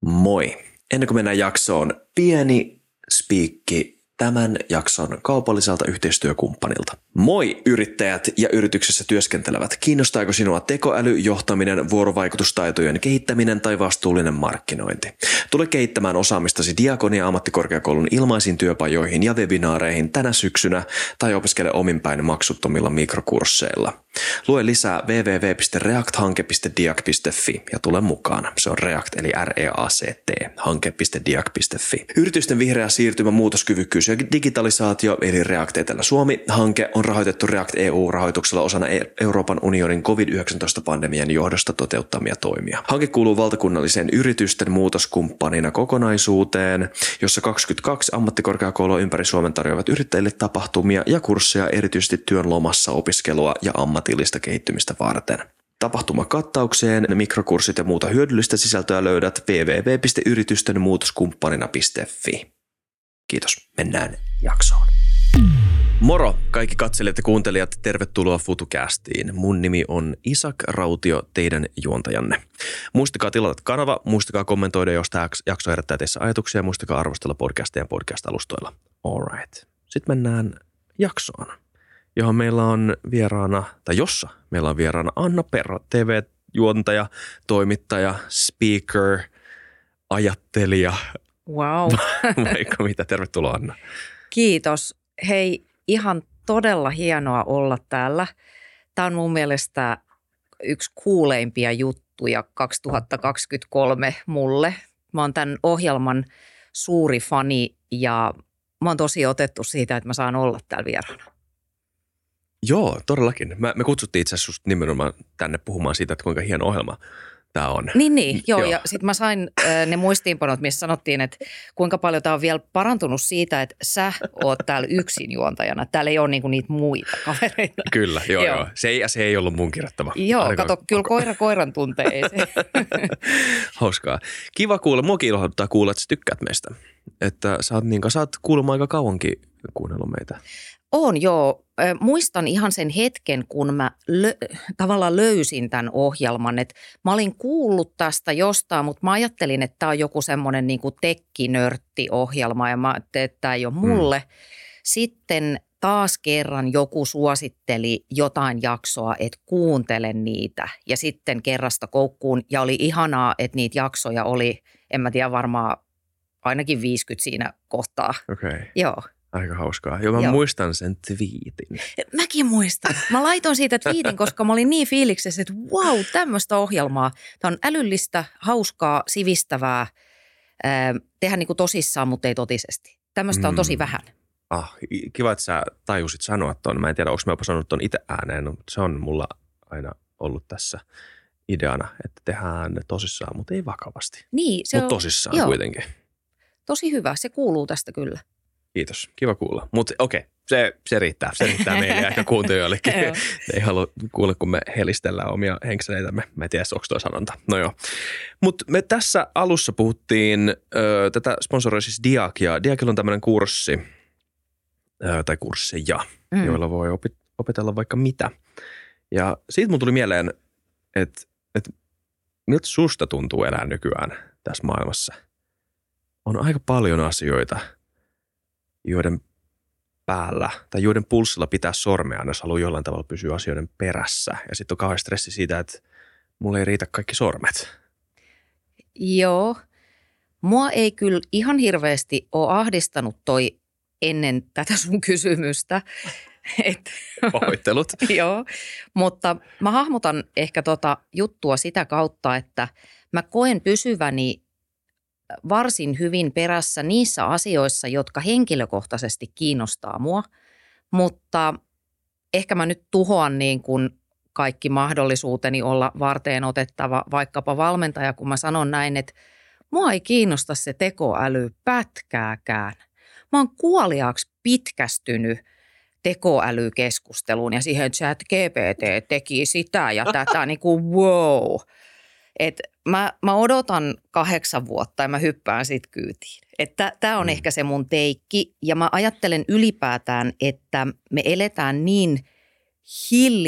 Moi! Ennen kuin mennään jaksoon, pieni spiikki tämän jakson kaupalliselta yhteistyökumppanilta. Moi yrittäjät ja yrityksessä työskentelevät. Kiinnostaako sinua tekoäly, johtaminen, vuorovaikutustaitojen kehittäminen tai vastuullinen markkinointi? Tule kehittämään osaamistasi Diakonia ammattikorkeakoulun ilmaisiin työpajoihin ja webinaareihin tänä syksynä tai opiskele ominpäin maksuttomilla mikrokursseilla. Lue lisää www.reacthanke.diak.fi ja tule mukaan. Se on React eli REACT, hanke.diak.fi. Yritysten vihreä siirtymä, muutoskyvykkyys ja digitalisaatio eli React Etelä-Suomi-hanke on rahoitettu React EU-rahoituksella osana Euroopan unionin COVID-19-pandemian johdosta toteuttamia toimia. Hanke kuuluu valtakunnalliseen yritysten muutoskumppanina kokonaisuuteen, jossa 22 ammattikorkeakoulua ympäri Suomen tarjoavat yrittäjille tapahtumia ja kursseja erityisesti työn lomassa opiskelua ja ammatillista kehittymistä varten. Tapahtumakattaukseen, mikrokurssit ja muuta hyödyllistä sisältöä löydät www.yritystenmuutoskumppanina.fi. Kiitos. Mennään jaksoon. Moro kaikki katselijat ja kuuntelijat, tervetuloa FutuCastiin. Mun nimi on Isak Rautio, teidän juontajanne. Muistakaa tilata kanava, muistakaa kommentoida, jos tämä jakso herättää teissä ajatuksia, ja muistakaa arvostella podcasteja podcast-alustoilla. Alright. Sitten mennään jaksoon, johon meillä on vieraana, tai jossa meillä on vieraana Anna Perho, TV-juontaja, toimittaja, speaker, ajattelija. Wow. Vaikka mitä, tervetuloa Anna. Kiitos. Hei, ihan todella hienoa olla täällä. Tämä on mun mielestä yksi kuuleimpia juttuja 2023 mulle. Mä oon tämän ohjelman suuri fani ja mä oon tosi otettu siitä, että mä saan olla täällä vieraana. Joo, todellakin. Me kutsuttiin itse asiassa just nimenomaan tänne puhumaan siitä, että kuinka hieno ohjelma tämä on. Niin, joo. Ja sitten mä sain ne muistiinpanot, missä sanottiin, että kuinka paljon tämä on vielä parantunut siitä, että sä oot täällä yksin juontajana. Täällä ei ole niinku niitä muita kavereita. Kyllä, joo. Se ei ollut mun kirjoittama. Joo, ainakaan. Kato, kyllä koiran tuntee, ei se. Hauskaa. Kiva kuulla. Muakin ilhoittaa kuulla, että sä tykkäät meistä. Että sä oot kuulemma aika kauankin kuunnellut meitä. On joo. Muistan ihan sen hetken, kun mä tavallaan löysin tämän ohjelman. Et mä olin kuullut tästä jostain, mutta mä ajattelin, että tämä on joku semmoinen niin kuin tekkinörtti-ohjelma ja mä ajattelin, että tämä ei ole mulle. Sitten taas kerran joku suositteli jotain jaksoa, että kuuntelen niitä ja sitten kerrasta koukkuun. Ja oli ihanaa, että niitä jaksoja oli, en mä tiedä, varmaan ainakin 50 siinä kohtaa. Okei. Joo. Aika hauskaa. Joo, mä muistan sen twiitin. Mäkin muistan. Mä laitoin siitä twiitin, koska mä olin niin fiiliksessä, että wow, tämmöistä ohjelmaa. Tämä on älyllistä, hauskaa, sivistävää, tehdään niin kuin tosissaan, mutta ei totisesti. Tämmöistä on tosi vähän. Kiva, että sä tajusit sanoa ton. Mä en tiedä, onko mä jopa sanonut ton itse ääneen, mutta se on mulla aina ollut tässä ideana, että tehdään tosissaan, mutta ei vakavasti. Niin, se mutta tosissaan kuitenkin. Tosi hyvä, se kuuluu tästä kyllä. Kiitos, kiva kuulla. Mutta okei, se riittää. Se riittää meille ja ehkä kuuntelijoillekin. Ei halua kuulla, kun me helistellään omia henkseleitämme. Mä en tiedä, onko tuo sanonta. No joo. Mutta me tässä alussa puhuttiin, tätä sponsoroi siis Diak. Ja Diakilla on tämmöinen kurssi, tai kursseja, joilla voi opetella vaikka mitä. Ja siitä mun tuli mieleen, että miltä susta tuntuu elää nykyään tässä maailmassa. On aika paljon asioita, joiden päällä tai joiden pulssilla pitää sormea, jos haluaa jollain tavalla pysyä asioiden perässä. Ja sitten on kauhean stressi siitä, että mulla ei riitä kaikki sormet. Joo. Mua ei kyllä ihan hirveästi ole ahdistanut toi ennen tätä sun kysymystä. Pahoittelut. Joo, mutta mä hahmotan ehkä juttua sitä kautta, että mä koen pysyväni varsin hyvin perässä niissä asioissa, jotka henkilökohtaisesti kiinnostaa mua, mutta ehkä mä nyt tuhoan niin kuin kaikki mahdollisuuteni olla varteen otettava vaikkapa valmentaja, kun mä sanon näin, että mua ei kiinnosta se tekoäly pätkääkään. Mä oon kuoliaaksi pitkästynyt tekoälykeskusteluun ja siihen ChatGPT teki sitä ja tätä niin kuin wow. Et mä odotan 8 vuotta ja mä hyppään sit kyytiin. Tämä on ehkä se mun teikki ja mä ajattelen ylipäätään, että me eletään niin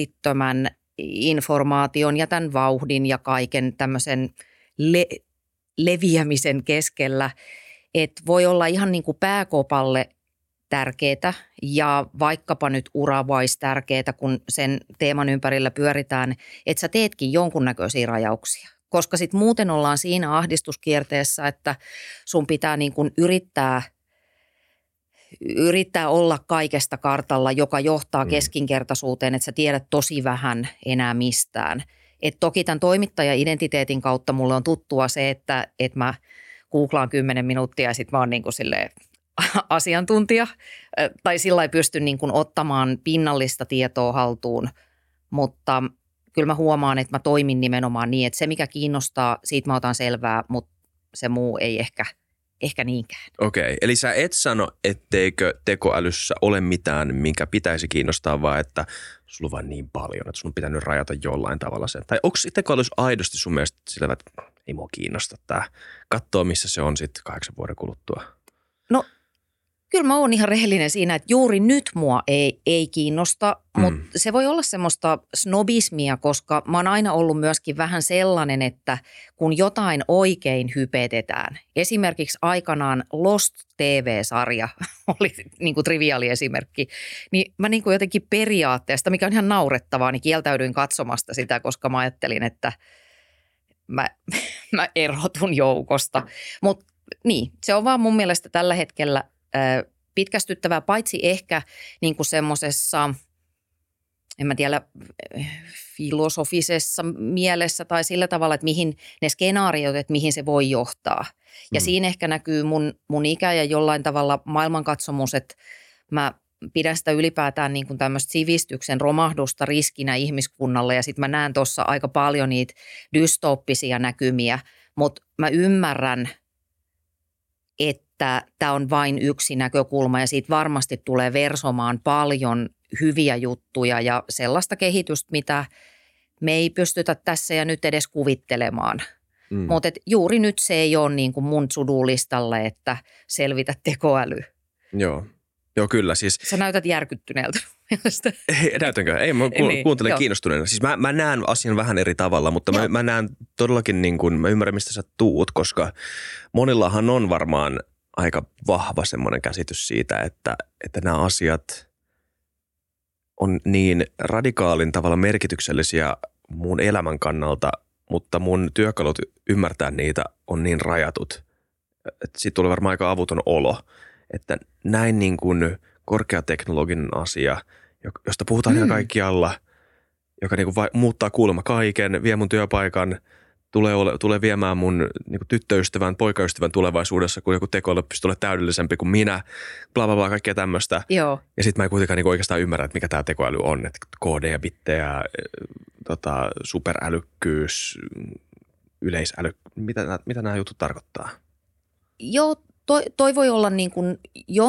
hillittömän informaation ja tämän vauhdin ja kaiken tämmöisen leviämisen keskellä, että voi olla ihan niin kuin pääkopalle tärkeää ja vaikkapa nyt uravais tärkeää, kun sen teeman ympärillä pyöritään, että sä teetkin jonkunnäköisiä rajauksia. Koska sitten muuten ollaan siinä ahdistuskierteessä, että sun pitää niin kuin yrittää olla kaikesta kartalla, joka johtaa keskinkertaisuuteen, että sä tiedät tosi vähän enää mistään. Et toki tämän toimittaja-identiteetin kautta mulle on tuttua se, että mä googlaan 10 minuuttia ja sitten mä oon niin kuin silleen asiantuntija. Tai sillä ei pysty niin kuin ottamaan pinnallista tietoa haltuun, mutta kyllä mä huomaan, että mä toimin nimenomaan niin, että se mikä kiinnostaa, siitä mä otan selvää, mutta se muu ei ehkä niinkään. Okei, eli sä et sano, etteikö tekoälyssä ole mitään, minkä pitäisi kiinnostaa, vaan että sulla on vain niin paljon, että sun on pitänyt rajata jollain tavalla sen. Tai onko tekoälys aidosti sun mielestä sillä, että ei mua kiinnosta tää, katsoo missä se on sitten 8 vuoden kuluttua? No kyllä mä oon ihan rehellinen siinä, että juuri nyt mua ei kiinnosta, mutta se voi olla semmoista snobismia, koska mä oon aina ollut myöskin vähän sellainen, että kun jotain oikein hypetetään, esimerkiksi aikanaan Lost TV-sarja oli niin kuin triviaali esimerkki, niin mä niin kuin jotenkin periaatteesta, mikä on ihan naurettavaa, niin kieltäydyin katsomasta sitä, koska mä ajattelin, että mä erotun joukosta. Mutta niin, se on vaan mun mielestä tällä hetkellä pitkästyttävää, paitsi ehkä niin kuin semmoisessa, en mä tiedä, filosofisessa mielessä tai sillä tavalla, että mihin ne skenaariot, että mihin se voi johtaa. Ja siinä ehkä näkyy mun ikä ja jollain tavalla maailmankatsomus, että mä pidän sitä ylipäätään niin kuin tämmöistä sivistyksen romahdusta riskinä ihmiskunnalle ja sitten mä näen tuossa aika paljon niitä dystooppisia näkymiä, mutta mä ymmärrän, että tämä on vain yksi näkökulma ja siitä varmasti tulee versomaan paljon hyviä juttuja ja sellaista kehitystä, mitä me ei pystytä tässä ja nyt edes kuvittelemaan. Mutta juuri nyt se ei ole niin kuin mun to-do-listalle, että selvitä tekoäly. Joo, kyllä. Siis, sä näytät järkyttyneeltä mielestä. Ei, näytänkö? Ei, mä kuuntelen niin, kiinnostuneena. Siis mä näen asian vähän eri tavalla, mutta mä näen todellakin niin kuin, mä ymmärrän mistä sä tuut, koska monillahan on varmaan aika vahva semmoinen käsitys siitä, että nämä asiat on niin radikaalin tavalla merkityksellisiä mun elämän kannalta, mutta mun työkalut ymmärtää niitä on niin rajatut, että siitä tulee varmaan aika avuton olo, että näin niin kuin korkeateknologinen asia, josta puhutaan ihan kaikkialla, joka niin kuin muuttaa kuulemma kaiken, vie mun työpaikan, tulee viemään mun niin kuin tyttöystävän, poikaystävän tulevaisuudessa, kun joku tekoäly pystyy olemaan täydellisempi kuin minä, bla bla bla, kaikkea tämmöistä. Joo. Ja sitten mä en kuitenkaan niin oikeastaan ymmärrä, että mikä tämä tekoäly on, että koodeja, bittejä, superälykkyys, yleisäly, mitä nämä jutut tarkoittaa? Joo, toi voi olla niin kuin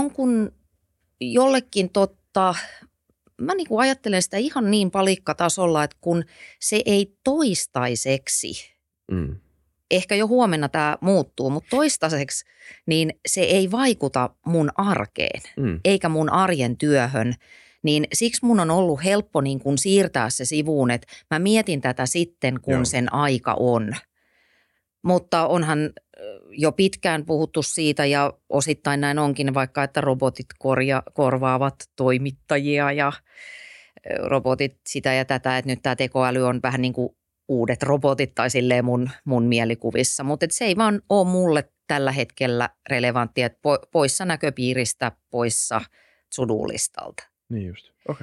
jollekin totta. Mä niin kuin ajattelen sitä ihan niin palikkatasolla, että kun se ei toistaiseksi, ehkä jo huomenna tämä muuttuu, mutta toistaiseksi, niin se ei vaikuta mun arkeen eikä mun arjen työhön. Niin siksi mun on ollut helppo niin kuin siirtää se sivuun, että mä mietin tätä sitten, kun sen aika on. Mutta onhan jo pitkään puhuttu siitä ja osittain näin onkin, vaikka että robotit korvaavat toimittajia ja robotit sitä ja tätä, että nyt tämä tekoäly on vähän niin kuin uudet robotit tai silleen mun mielikuvissa. Mutta se ei vaan ole mulle tällä hetkellä relevanttia, että poissa näköpiiristä, poissa to-do-listalta. Niin just, okei.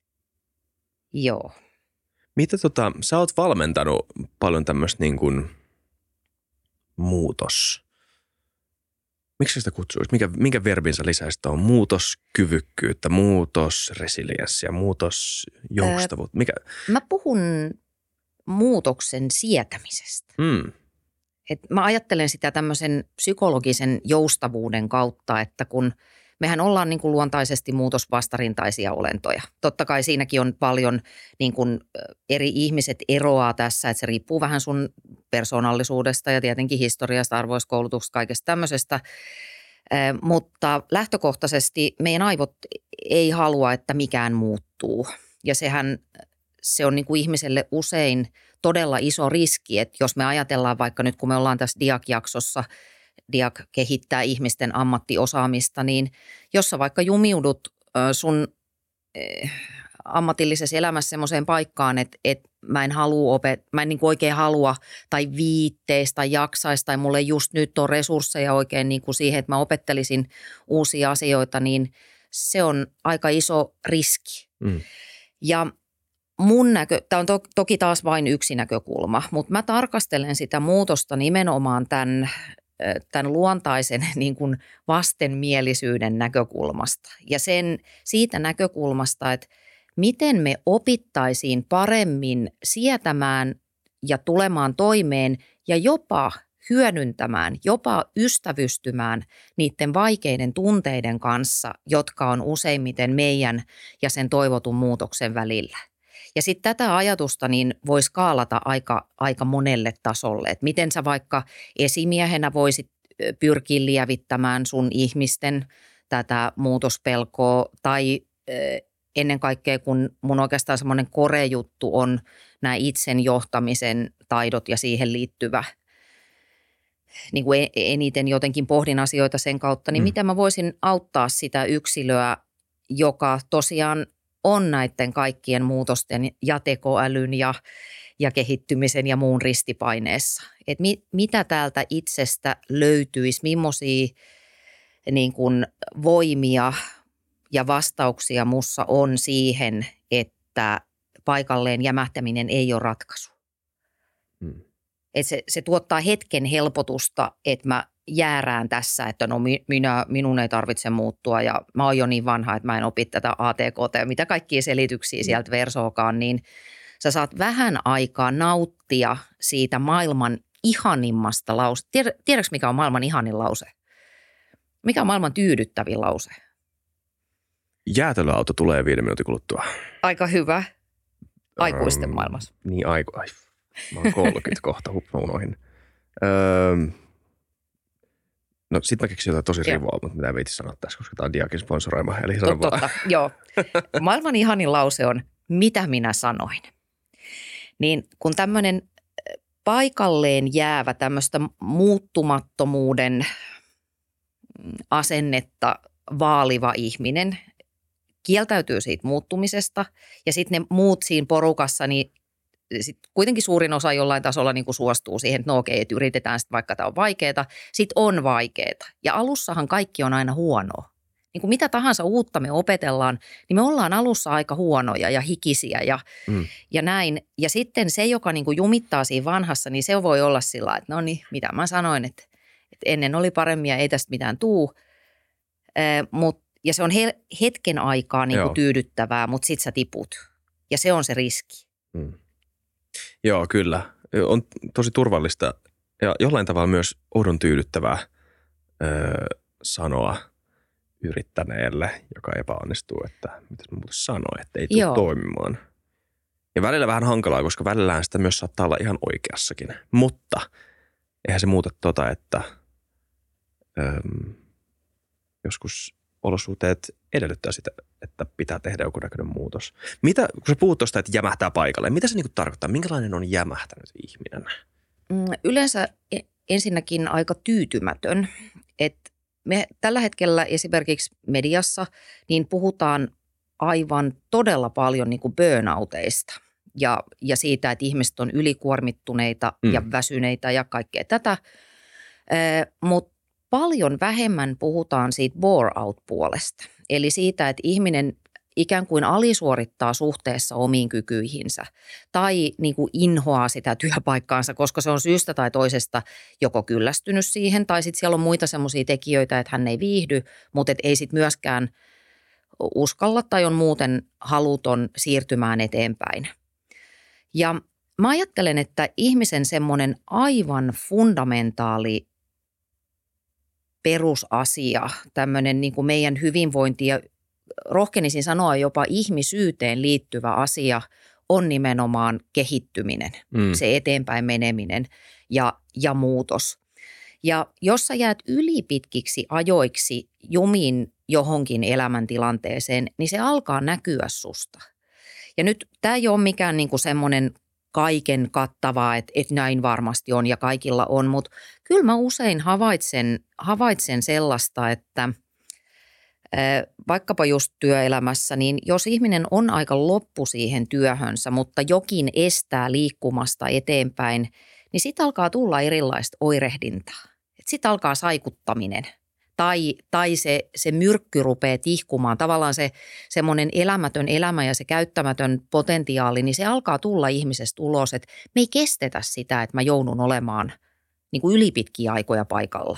Joo. Mitä sä oot valmentanut paljon tämmöistä niin kuin muutos. Miksi sitä kutsuisi? Minkä verbin sä lisäisit on? Muutoskyvykkyyttä, muutosresilienssiä, muutosjoustavuutta. Mä puhun muutoksen sietämisestä. Mä ajattelen sitä tämmöisen psykologisen joustavuuden kautta, että kun mehän ollaan niin kuin luontaisesti muutosvastarintaisia olentoja. Totta kai siinäkin on paljon niin kuin eri ihmiset eroaa tässä, että se riippuu vähän sun persoonallisuudesta ja tietenkin historiasta, arvoista, koulutuksesta, kaikesta tämmöisestä. Mutta lähtökohtaisesti meidän aivot ei halua, että mikään muuttuu. Ja se on niin kuin ihmiselle usein todella iso riski, että jos me ajatellaan vaikka nyt, kun me ollaan tässä DIAC-jaksossa, DIAC kehittää ihmisten ammattiosaamista, niin jos sä vaikka jumiudut sun ammatillisessa elämässä semmoiseen paikkaan, että mä en niin kuin oikein halua tai viitteistä tai jaksaisi tai mulle just nyt on resursseja oikein niin kuin siihen, että mä opettelisin uusia asioita, niin se on aika iso riski. Ja tämä on toki taas vain yksi näkökulma, mutta mä tarkastelen sitä muutosta nimenomaan tämän luontaisen niin kuin vastenmielisyyden näkökulmasta ja siitä näkökulmasta, että miten me opittaisiin paremmin sietämään ja tulemaan toimeen ja jopa hyödyntämään, jopa ystävystymään niiden vaikeiden tunteiden kanssa, jotka on useimmiten meidän ja sen toivotun muutoksen välillä. Ja sitten tätä ajatusta niin voi skaalata aika monelle tasolle, että miten sä vaikka esimiehenä voisit pyrkiä lievittämään sun ihmisten tätä muutospelkoa tai ennen kaikkea, kun mun oikeastaan semmoinen core-juttu on nämä itsen johtamisen taidot ja siihen liittyvä, niin kuin eniten jotenkin pohdin asioita sen kautta, niin miten mä voisin auttaa sitä yksilöä, joka tosiaan on näiden kaikkien muutosten ja tekoälyn ja kehittymisen ja muun ristipaineessa. Että mitä täältä itsestä löytyisi, millaisia niin kuin voimia ja vastauksia mussa on siihen, että paikalleen jämähtäminen ei ole ratkaisu. Että se tuottaa hetken helpotusta, että mä jäärään tässä, että no minun ei tarvitse muuttua ja mä oon jo niin vanha, että mä en opi tätä ATKT ja mitä kaikkia selityksiä sieltä versookaan, niin sä saat vähän aikaa nauttia siitä maailman ihanimmasta lause. Tiedätkö mikä on maailman ihanin lause? Mikä on maailman tyydyttävin lause? Jäätelöauto tulee 5 minuutin kuluttua. Aika hyvä. Aikuisten maailmassa. Niin mä oon 30 kohta, mä unohin. No sit mä keksin jotain tosi rivoa, mutta mitä ei viitsi sanoa tässä, koska tää on Diakin sponsoroima. Eli Totta, joo. Maailman ihanin lause on, mitä minä sanoin. Niin kun tämmöinen paikalleen jäävä tämmöistä muuttumattomuuden asennetta vaaliva ihminen kieltäytyy siitä muuttumisesta ja sitten ne muut siinä porukassa, niin sit kuitenkin suurin osa jollain tasolla niin kuin suostuu siihen, että no okei, että yritetään sitten vaikka tämä on vaikeaa. Sitten on vaikeaa ja alussahan kaikki on aina huonoa. Niin kuin mitä tahansa uutta me opetellaan, niin me ollaan alussa aika huonoja ja hikisiä ja näin. Ja sitten se, joka niin kuin jumittaa siinä vanhassa, niin se voi olla sillä, että no niin, mitä mä sanoin, että ennen oli paremmin ja ei tästä mitään tuu. Ja se on hetken aikaa niin kuin tyydyttävää, mutta sit sä tiput. Ja se on se riski. Joo, kyllä. On tosi turvallista ja jollain tavalla myös oudon tyydyttävää sanoa yrittäneelle, joka epäonnistuu, että mitä mä muuten sanoin, että ei tule toimimaan. Ja välillä vähän hankalaa, koska välillähän sitä myös saattaa olla ihan oikeassakin. Mutta eihän se muuta että joskus olosuhteet edellyttää sitä, että pitää tehdä joku näköinen muutos. Kun sä puhut tuosta, että jämähtää paikalle, mitä se niinku tarkoittaa? Minkälainen on jämähtänyt ihminen? Yleensä ensinnäkin aika tyytymätön. Että me tällä hetkellä esimerkiksi mediassa niin puhutaan aivan todella paljon niin kuin burnouteista ja siitä, että ihmiset on ylikuormittuneita ja väsyneitä ja kaikkea tätä. Mutta paljon vähemmän puhutaan siitä bore-out-puolesta, eli siitä, että ihminen ikään kuin alisuorittaa suhteessa omiin kykyihinsä tai niin kuin inhoaa sitä työpaikkaansa, koska se on syystä tai toisesta joko kyllästynyt siihen tai sitten siellä on muita semmoisia tekijöitä, että hän ei viihdy, mutta ei sitten myöskään uskalla tai on muuten haluton siirtymään eteenpäin. Ja mä ajattelen, että ihmisen semmoinen aivan fundamentaali perusasia, tämmöinen niin kuin meidän hyvinvointi ja rohkenisin sanoa jopa ihmisyyteen liittyvä asia on nimenomaan kehittyminen, se eteenpäin meneminen ja muutos. Ja jos sä jäät ylipitkiksi ajoiksi jumiin johonkin elämäntilanteeseen, niin se alkaa näkyä susta. Ja nyt tämä ei ole mikään niin kuin semmoinen kaiken kattavaa, että näin varmasti on ja kaikilla on, mutta kyllä mä usein havaitsen sellaista, että vaikkapa just työelämässä, niin jos ihminen on aika loppu siihen työhönsä, mutta jokin estää liikkumasta eteenpäin, niin sitten alkaa tulla erilaista oirehdintaa. Sitten alkaa saikuttaminen tai se myrkky rupeaa tihkumaan. Tavallaan se semmoinen elämätön elämä ja se käyttämätön potentiaali, niin se alkaa tulla ihmisestä ulos, että me ei kestetä sitä, että mä joudun olemaan niin kuin ylipitkiä aikoja paikalla.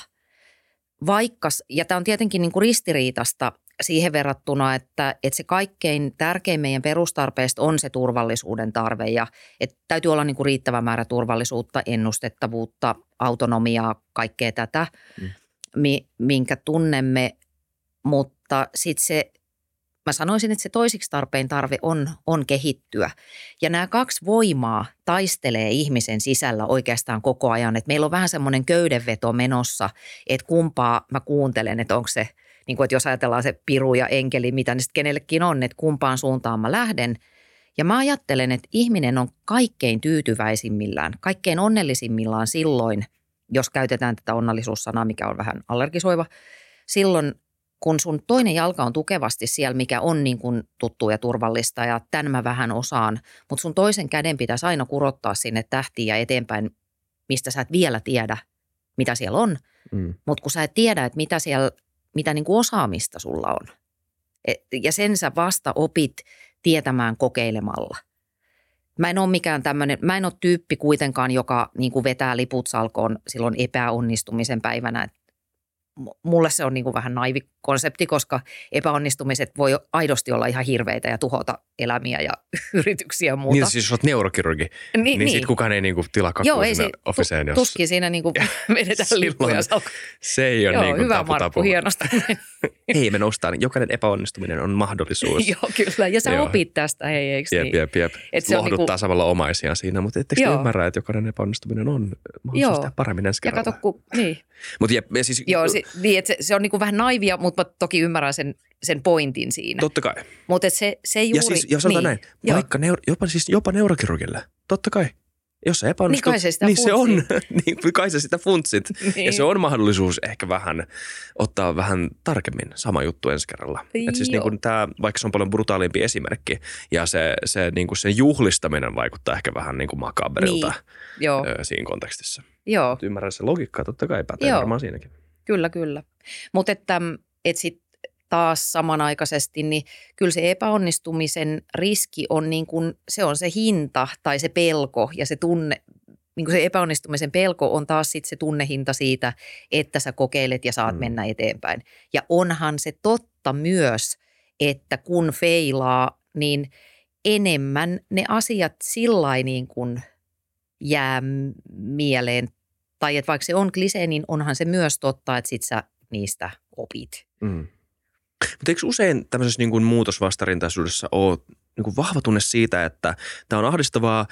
Ja tämä on tietenkin niin kuin ristiriitasta siihen verrattuna, että se kaikkein tärkein meidän perustarpeista on se turvallisuuden tarve ja että täytyy olla niin kuin riittävä määrä turvallisuutta, ennustettavuutta, autonomiaa, kaikkea tätä, minkä tunnemme, mutta sitten mä sanoisin, että se toisiksi tarpeen tarve on kehittyä. Ja nämä kaksi voimaa taistelee ihmisen sisällä oikeastaan koko ajan. Että meillä on vähän semmoinen köydenveto menossa, että kumpaa mä kuuntelen, että onko se, niin kuin, että jos ajatellaan se piru ja enkeli, mitä ne sitten kenellekin on, että kumpaan suuntaan mä lähden. Ja mä ajattelen, että ihminen on kaikkein tyytyväisimmillään, kaikkein onnellisimmillaan silloin, jos käytetään tätä onnellisuussanaa, mikä on vähän allergisoiva, silloin kun sun toinen jalka on tukevasti siellä, mikä on niin kuin tuttu ja turvallista ja tämän mä vähän osaan, mutta sun toisen käden pitäisi aina kurottaa sinne tähtiin ja eteenpäin, mistä sä et vielä tiedä, mitä siellä on. Mutta kun sä et tiedä, että mitä niin kuin osaamista sulla on. Ja sen sä vasta opit tietämään kokeilemalla. Mä en ole mikään tämmöinen, mä en ole tyyppi kuitenkaan, joka niin kuin vetää liput salkoon silloin epäonnistumisen päivänä. Mulle se on niin kuin vähän naivi konsepti, koska epäonnistumiset voi aidosti olla ihan hirveitä ja tuhota elämiä ja yrityksiä ja muuta. Niin siis jos olet neurokirurgi, niin sitten kukaan ei niin kuin tilaa kakkua sinne officeen. Jos... Tuskin siinä niin kuin vedetään lippuja salkoon. Se ei ole niin kuin hyvä tapu. Markku, hienosti. Ei me noustaan. Jokainen epäonnistuminen on mahdollisuus. Joo, kyllä. Ja sä opit tästä, hei, eikö niin? Jep. Lohduttaa samalla omaisia siinä, mutta ettekö te ymmärrä, että jokainen epäonnistuminen on mahdollisuus tehdä paremmin ensi kerralla? Ja kato, niin. Niin, että se on niin kuin vähän naivia, mutta toki ymmärrän sen pointin siinä. Totta kai. Mutta se juuri... Ja siis, jos sanotaan näin, vaikka jopa neurokirurgille, totta kai. Jos se epäonnistuu, niin se on. Niin kai sä sitä funtsit. Niin. Ja se on mahdollisuus ehkä vähän ottaa vähän tarkemmin sama juttu ensi kerralla. Että siis niin kuin tämä, vaikka se on paljon brutaalimpi esimerkki ja se niin kuin sen juhlistaminen vaikuttaa ehkä vähän niin kuin makaberilta siinä kontekstissa. Joo. Ymmärrän se logiikkaa, totta kai pätee varmaan siinäkin. Kyllä. Mutta että sitten taas samanaikaisesti, niin kyllä se epäonnistumisen riski on niin kuin, se on se hinta tai se pelko ja se tunne, niin kuin se epäonnistumisen pelko on taas sitten se tunnehinta siitä, että sä kokeilet ja saat mennä eteenpäin. Ja onhan se totta myös, että kun feilaa, niin enemmän ne asiat sillain niin kuin jää mieleen. Tai että vaikka se on klisee, niin onhan se myös totta, että sit sä niistä opit. Mutta eikö usein tämmöisessä niin kuin muutosvastarintaisuudessa ole niin kuin vahva tunne siitä, että tämä on ahdistavaa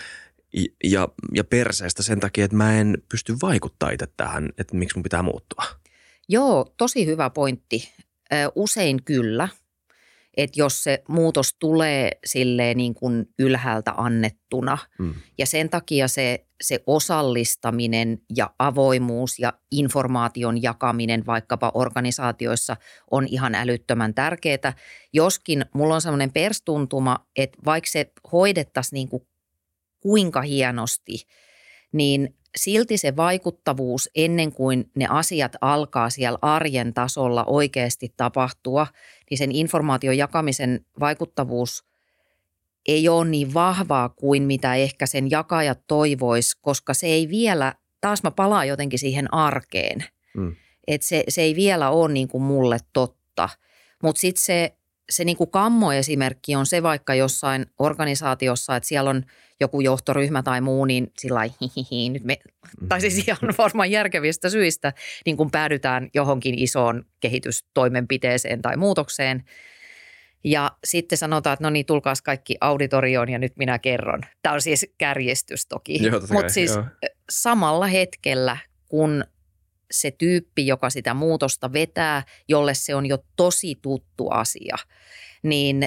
ja perseestä sen takia, että mä en pysty vaikuttamaan itse tähän, että miksi mun pitää muuttua? Joo, tosi hyvä pointti. Usein kyllä, että jos se muutos tulee silleen niin kuin ylhäältä annettuna ja sen takia se osallistaminen ja avoimuus ja informaation jakaminen vaikkapa organisaatioissa on ihan älyttömän tärkeää. Joskin mulla on semmoinen perstuntuma, että vaikka se hoidettaisiin niin kuin kuinka hienosti, niin silti se vaikuttavuus ennen kuin ne asiat alkaa siellä arjen tasolla oikeasti tapahtua, niin sen informaation jakamisen vaikuttavuus ei ole niin vahvaa kuin mitä ehkä sen jakajat toivois, koska se ei vielä, taas mä palaan jotenkin siihen arkeen, että se ei vielä ole niin kuin mulle totta, mutta sitten se niin kuin kammoesimerkki on se vaikka jossain organisaatiossa, että siellä on joku johtoryhmä tai muu, niin sillä nyt tai siis ihan varmaan järkevistä syistä, niin kun päädytään johonkin isoon kehitystoimenpiteeseen tai muutokseen. Ja sitten sanotaan, että no niin, tulkaas kaikki auditorioon ja nyt minä kerron. Tämä on siis kärjestys toki, mutta siis samalla hetkellä, kun se tyyppi, joka sitä muutosta vetää, jolle se on jo tosi tuttu asia, niin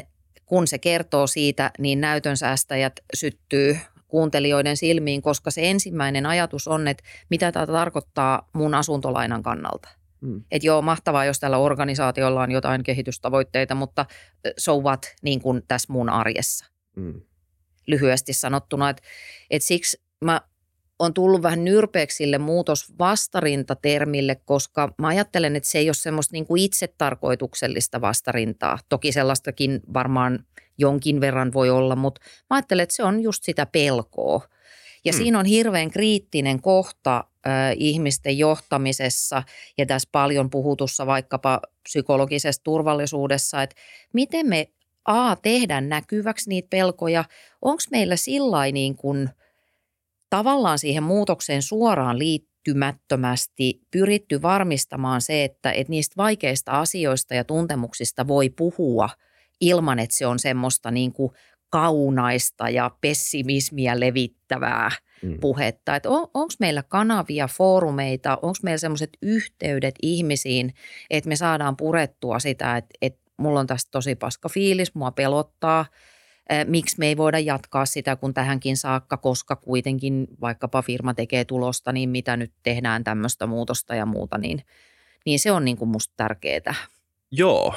kun se kertoo siitä, niin näytönsäästäjät syttyy kuuntelijoiden silmiin, koska se ensimmäinen ajatus on, että mitä tämä tarkoittaa mun asuntolainan kannalta. Että joo, mahtavaa, jos tällä organisaatiolla on jotain kehitystavoitteita, mutta so what, niin kuin tässä mun arjessa. Lyhyesti sanottuna, että siksi mä on tullut vähän nyrpeäksi sille muutos-vastarinta-termille, koska mä ajattelen, että se ei ole semmoista niin kuin itsetarkoituksellista vastarintaa. Toki sellaistakin varmaan jonkin verran voi olla, mutta mä ajattelen, että se on just sitä pelkoa. Ja siinä on hirveän kriittinen kohta ihmisten johtamisessa ja tässä paljon puhutussa vaikkapa psykologisessa turvallisuudessa, että miten me tehdään näkyväksi niitä pelkoja. Onko meillä sillain niin kuin tavallaan siihen muutokseen suoraan liittymättömästi pyritty varmistamaan se, että niistä vaikeista asioista ja tuntemuksista voi puhua ilman, että se on semmoista niin kuin kaunaista ja pessimismiä levittävää puhetta. Että onko meillä kanavia, foorumeita, onko meillä semmoiset yhteydet ihmisiin, että me saadaan purettua sitä, että mulla on tästä tosi paska fiilis, mua pelottaa. Miksi me ei voida jatkaa sitä kun tähänkin saakka, koska kuitenkin vaikkapa firma tekee tulosta, niin mitä nyt tehdään tämmöistä muutosta ja muuta, niin se on niin kuin musta tärkeää. Joo,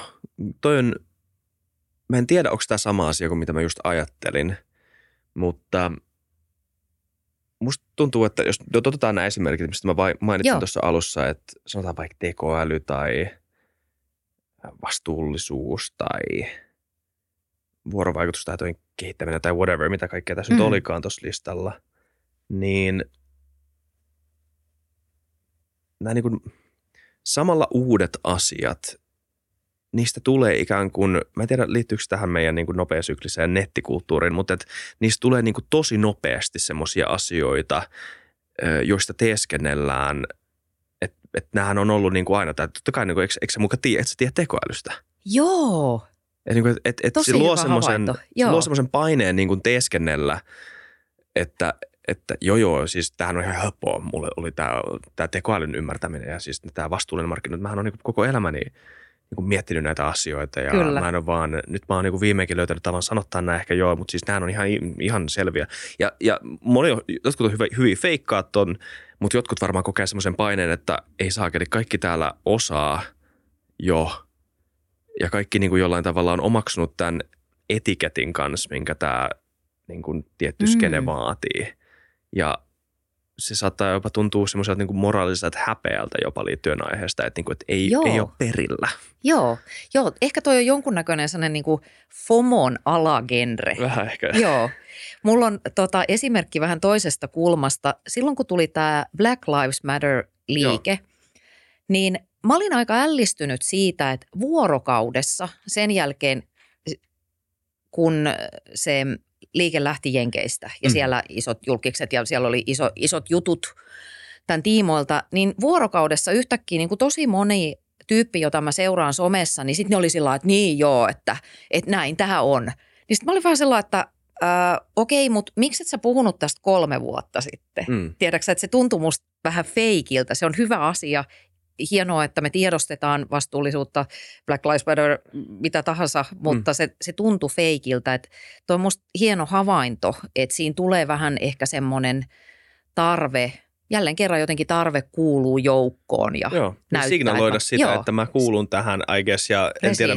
mä en tiedä, onko tämä sama asia kuin mitä mä just ajattelin, mutta musta tuntuu, että jos otetaan nämä esimerkit, mistä mä mainitsin tuossa alussa, että sanotaan vaikka tekoäly tai vastuullisuus tai vuorovaikutustaitojen kehittäminen tai whatever, mitä kaikkea tässä nyt olikaan tuossa listalla, niin nämä niin kuin samalla uudet asiat, niistä tulee ikään kuin, mä en tiedä liittyykö tähän meidän niin kuin nopeasykliseen nettikulttuuriin, mutta niistä tulee niin kuin tosi nopeasti semmoisia asioita, joista teeskennellään, että nämähän on ollut niin kuin aina, tai totta kai, niin kuin, eikö sä mukaan tiedä, että sä tiedät tekoälystä? Joo. Että se luo semmoisen paineen niin kuin teeskennellä, että joo, siis tämähän on ihan helppoa. Mulle oli tämä tekoälyn ymmärtäminen ja siis tämä vastuullinen markkinointi. Mähän on niin kuin koko elämäni niin kuin miettinyt näitä asioita ja mä en ole vaan, nyt mä oon niin kuin viimeinkin löytänyt tavan sanottaa nämä ehkä joo, mutta siis nämä on ihan selviä. Ja jotkut on hyviä feikkaat ton, mutta jotkut varmaan kokee semmoisen paineen, että ei saakeli, kaikki täällä osaa jo. Ja kaikki niin kuin jollain tavalla on omaksunut tämän etiketin kanssa, minkä tämä niin kuin tietty skene vaatii. Ja se saattaa jopa tuntua semmoiselta niin kuin moraaliselta häpeältä jopa liittyen aiheesta, että, niin kuin, että ei ole perillä. Joo. Ehkä toi on jonkunnäköinen sellainen niin kuin FOMOn alagenre. Vähän ehkä. Joo. Mulla on esimerkki vähän toisesta kulmasta. Silloin kun tuli tämä Black Lives Matter-liike, niin mä olin aika ällistynyt siitä, että vuorokaudessa sen jälkeen, kun se liike lähti Jenkeistä ja siellä isot julkikset ja siellä oli isot jutut tämän tiimoilta, niin vuorokaudessa yhtäkkiä niin kuin tosi moni tyyppi, jota mä seuraan somessa, niin sitten ne oli sillä että niin joo, että näin tämä on. Niin sitten mä olin vähän sellainen, että okei, mutta miksi et sä puhunut tästä 3 vuotta sitten? Tiedätkö että se tuntui musta vähän feikiltä, se on hyvä asia. Hienoa, että me tiedostetaan vastuullisuutta, Black Lives Matter, mitä tahansa, mutta se tuntui feikiltä. Että toi on musta hieno havainto, että siinä tulee vähän ehkä semmoinen tarve, jälleen kerran jotenkin tarve kuuluu joukkoon ja näyttää. Signaloida sitä, että mä kuulun tähän, I guess, ja en tiedä,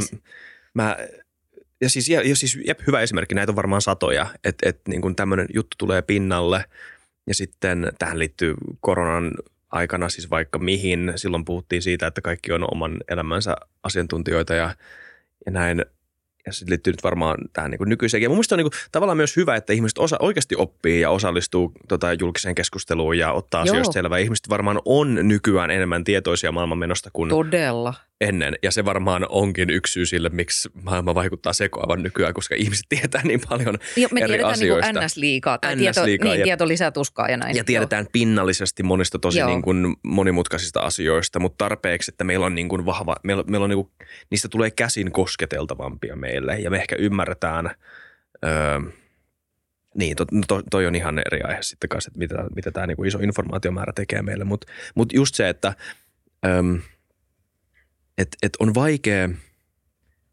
hyvä esimerkki, näitä on varmaan satoja, että niin kun tämmöinen juttu tulee pinnalle ja sitten tähän liittyy koronan aikana siis vaikka mihin. Silloin puhuttiin siitä, että kaikki on oman elämänsä asiantuntijoita ja näin. Ja se liittyy nyt varmaan tähän niin nykyiseen. Ja mun mielestä on niin kuin, tavallaan myös hyvä, että ihmiset oikeasti oppii ja osallistuu julkiseen keskusteluun ja ottaa asioista selvää. Ihmiset varmaan on nykyään enemmän tietoisia maailmanmenosta kuin ennen. Ja se varmaan onkin yksi syy sille, miksi maailma vaikuttaa sekoavan nykyään, koska ihmiset tietää niin paljon me eri asioista. Niin NS-liikaa tai tieto lisää tuskaa ja näin. Ja tiedetään pinnallisesti monista tosi niin kuin monimutkaisista asioista, mutta tarpeeksi, että meillä on niin kuin vahva, meillä on niin kuin, niistä tulee käsin kosketeltavampia meille ja me ehkä ymmärretään, toi on ihan eri aihe sitten kanssa, että mitä tämä niin kuin iso informaatiomäärä tekee meille, mutta just se, että on vaikea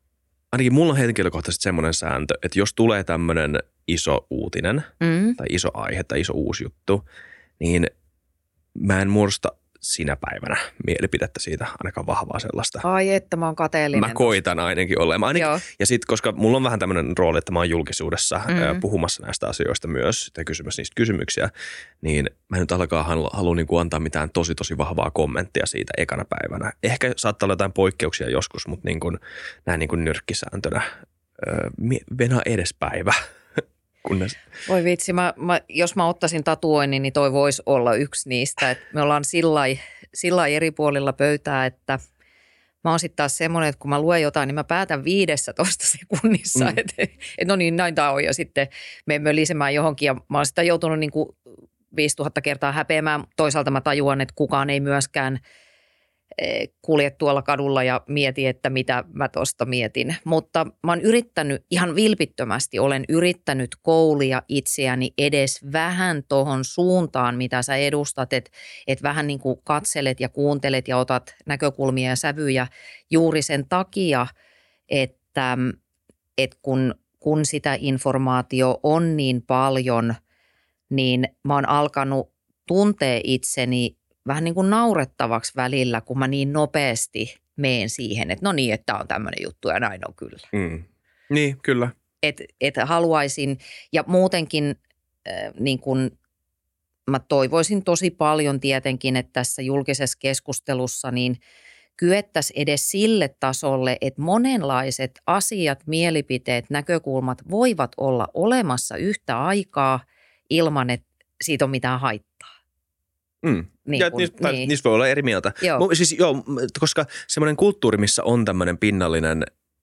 ainakin mulla on henkilökohtaisesti semmoinen sääntö, että jos tulee tämmöinen iso uutinen tai iso aihe tai iso uusi juttu, niin mä en muodosta sinä päivänä mielipidettä siitä, ainakaan vahvaa sellaista. Ai että mä oon kateellinen. Mä koitan ainakin olla. Ja sitten, koska mulla on vähän tämmöinen rooli, että mä oon julkisuudessa puhumassa näistä asioista myös ja kysymässä niistä kysymyksiä, niin mä en nyt alkaa halua niin kuin antaa mitään tosi vahvaa kommenttia siitä ekana päivänä. Ehkä saattaa olla jotain poikkeuksia joskus, mutta niin kuin, näin niin kuin nyrkkisääntönä venä edes päivä. Kunnes. Voi vitsi, jos mä ottaisin tatuoinnin, niin toi voisi olla yksi niistä. Et me ollaan sillä eri puolilla pöytää, että mä oon sitten taas semmoinen, että kun mä luen jotain, niin mä päätän 15 sekunnissa, että no niin, näin tää on. Ja sitten me mölisemään johonkin ja mä oon sitä joutunut niin kuin 5000 kertaa häpeämään. Toisaalta mä tajuan, että kukaan ei myöskään kulje tuolla kadulla ja mieti, että mitä mä tosta mietin. Mutta mä oon yrittänyt, ihan vilpittömästi olen yrittänyt koulia itseäni edes vähän tohon suuntaan, mitä sä edustat, että vähän niin kuin katselet ja kuuntelet ja otat näkökulmia ja sävyjä juuri sen takia, että kun sitä informaatio on niin paljon, niin mä oon alkanut tuntea itseni vähän niin kuin naurettavaksi välillä, kun mä niin nopeasti meen siihen, että no niin, että tämä on tämmöinen juttu ja näin on kyllä. Niin, kyllä. Että haluaisin ja muutenkin niin kuin mä toivoisin tosi paljon tietenkin, että tässä julkisessa keskustelussa niin kyettäisiin edes sille tasolle, että monenlaiset asiat, mielipiteet, näkökulmat voivat olla olemassa yhtä aikaa ilman, että siitä on mitään haittaa. Niin ja niistä voi olla eri mieltä. Koska semmoinen kulttuuri, missä on tämmöinen pinnallinen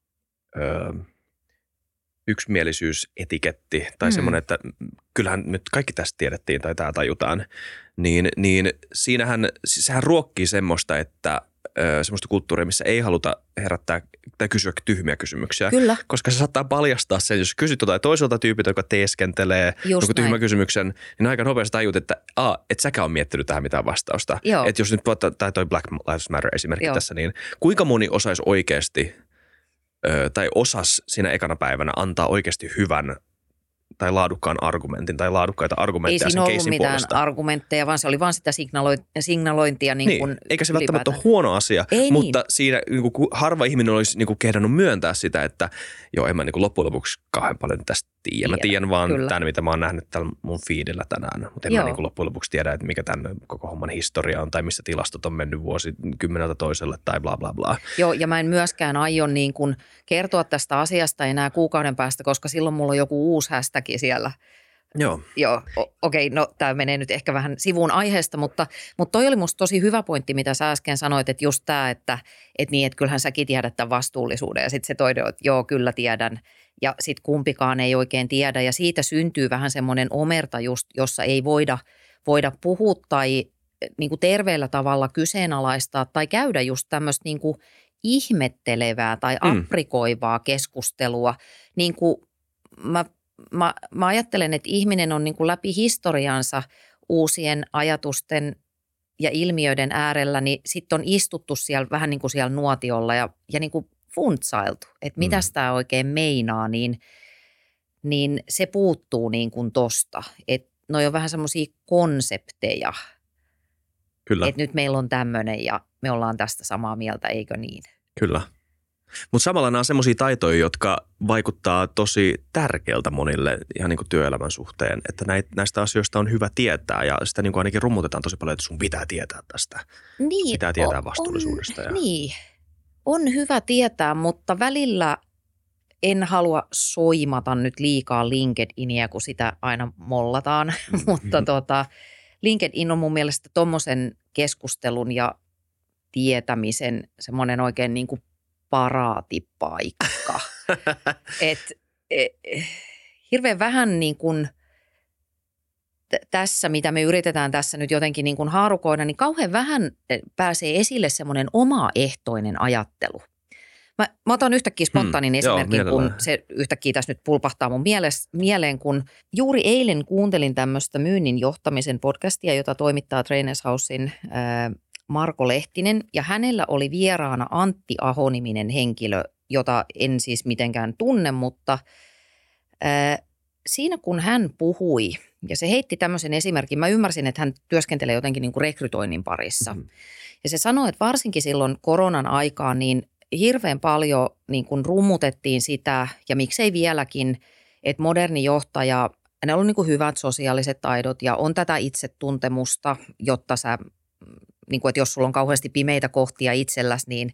yksimielisyysetiketti tai semmoinen, että kyllähän nyt kaikki tästä tiedettiin tai tämä tajutaan, niin sehän ruokkii semmoista, että semmoista kulttuuria, missä ei haluta herättää tai kysyä tyhmiä kysymyksiä. Kyllä. Koska se saattaa paljastaa sen, jos kysyt jotain toiselta tyypiltä, joka teeskentelee jonkun tyhmän kysymyksen, niin aika nopeasti tajut, että et säkään ole miettinyt tähän mitään vastausta. Että jos nyt tai toi Black Lives Matter esimerkki tässä, niin kuinka moni osaisi oikeasti tai osas siinä ekana päivänä antaa oikeasti hyvän tai laadukkaan argumentin tai laadukkaita argumentteja sen keissin puolesta. Ei siinä ollut mitään argumentteja, vaan se oli vaan sitä signalointia. Niin, eikä se välttämättä ole huono asia, mutta siinä niin kuin, harva ihminen olisi niin kuin, kehdannut myöntää sitä, että joo, en mä niin kuin, loppujen lopuksi kauhean paljon tästä tiedä. Mä tiedän vaan tämän, mitä mä oon nähnyt tällä mun feedillä tänään, mutta en mä niin kuin, loppujen lopuksi tiedä, että mikä tämän koko homman historia on tai missä tilastot on mennyt vuosikymmeneltä toiselle tai bla bla bla. Joo, ja mä en myöskään aio niin kuin kertoa tästä asiasta enää kuukauden päästä, koska silloin mulla on joku uusi hashtag siellä. Joo, okei, no tämä menee nyt ehkä vähän sivuun aiheesta, mutta toi oli musta tosi hyvä pointti, mitä sä äsken sanoit, että just tämä, että kyllähän säkin tiedät tämän vastuullisuuden ja sitten se toinen, että joo, kyllä tiedän ja sitten kumpikaan ei oikein tiedä ja siitä syntyy vähän semmoinen omerta just, jossa ei voida puhua tai niin kuin terveellä tavalla kyseenalaistaa tai käydä just tämmöistä niin kuin ihmettelevää tai aprikoivaa keskustelua, niin kuin Mä ajattelen, että ihminen on niin kuin läpi historiansa uusien ajatusten ja ilmiöiden äärellä, niin sitten on istuttu siellä vähän niin kuin siellä nuotiolla ja niin kuin funtsailtu, että mitäs tämä oikein meinaa, niin se puuttuu niin kuin tosta. Että noi on vähän semmoisia konsepteja, Kyllä. Että nyt meillä on tämmöinen ja me ollaan tästä samaa mieltä, eikö niin? Kyllä. Mutta samalla nämä on semmoisia taitoja, jotka vaikuttaa tosi tärkeältä monille ihan niin kuin työelämän suhteen, että näistä asioista on hyvä tietää ja sitä niin kuin ainakin rummutetaan tosi paljon, että sun pitää tietää tästä. Niin, pitää tietää vastuullisuudesta. Niin, on hyvä tietää, mutta välillä en halua soimata nyt liikaa LinkedInia, kun sitä aina mollataan, mutta LinkedIn on mun mielestä tommosen keskustelun ja tietämisen semmoinen oikein niin kuin paraatipaikka. Hirveän vähän niin kuin tässä, mitä me yritetään tässä nyt jotenkin niin kuin haarukoida, niin kauhean vähän pääsee esille semmoinen omaehtoinen ajattelu. Mä otan yhtäkkiä spontaanin esimerkin, kun se yhtäkkiä tässä nyt pulpahtaa mun mieleen, kun juuri eilen kuuntelin tämmöistä myynnin johtamisen podcastia, jota toimittaa Trainers Housein Marko Lehtinen, ja hänellä oli vieraana Antti Aho-niminen henkilö, jota en siis mitenkään tunne, mutta siinä kun hän puhui ja se heitti tämmöisen esimerkin, mä ymmärsin, että hän työskentelee jotenkin niin kuin rekrytoinnin parissa. Ja se sanoi, että varsinkin silloin koronan aikaan niin hirveän paljon niin kuin rummutettiin sitä ja miksei vieläkin, että moderni johtaja, hänellä on niin kuin hyvät sosiaaliset taidot ja on tätä itsetuntemusta, jotta sä, niin kuin, että jos sulla on kauheasti pimeitä kohtia itselläsi, niin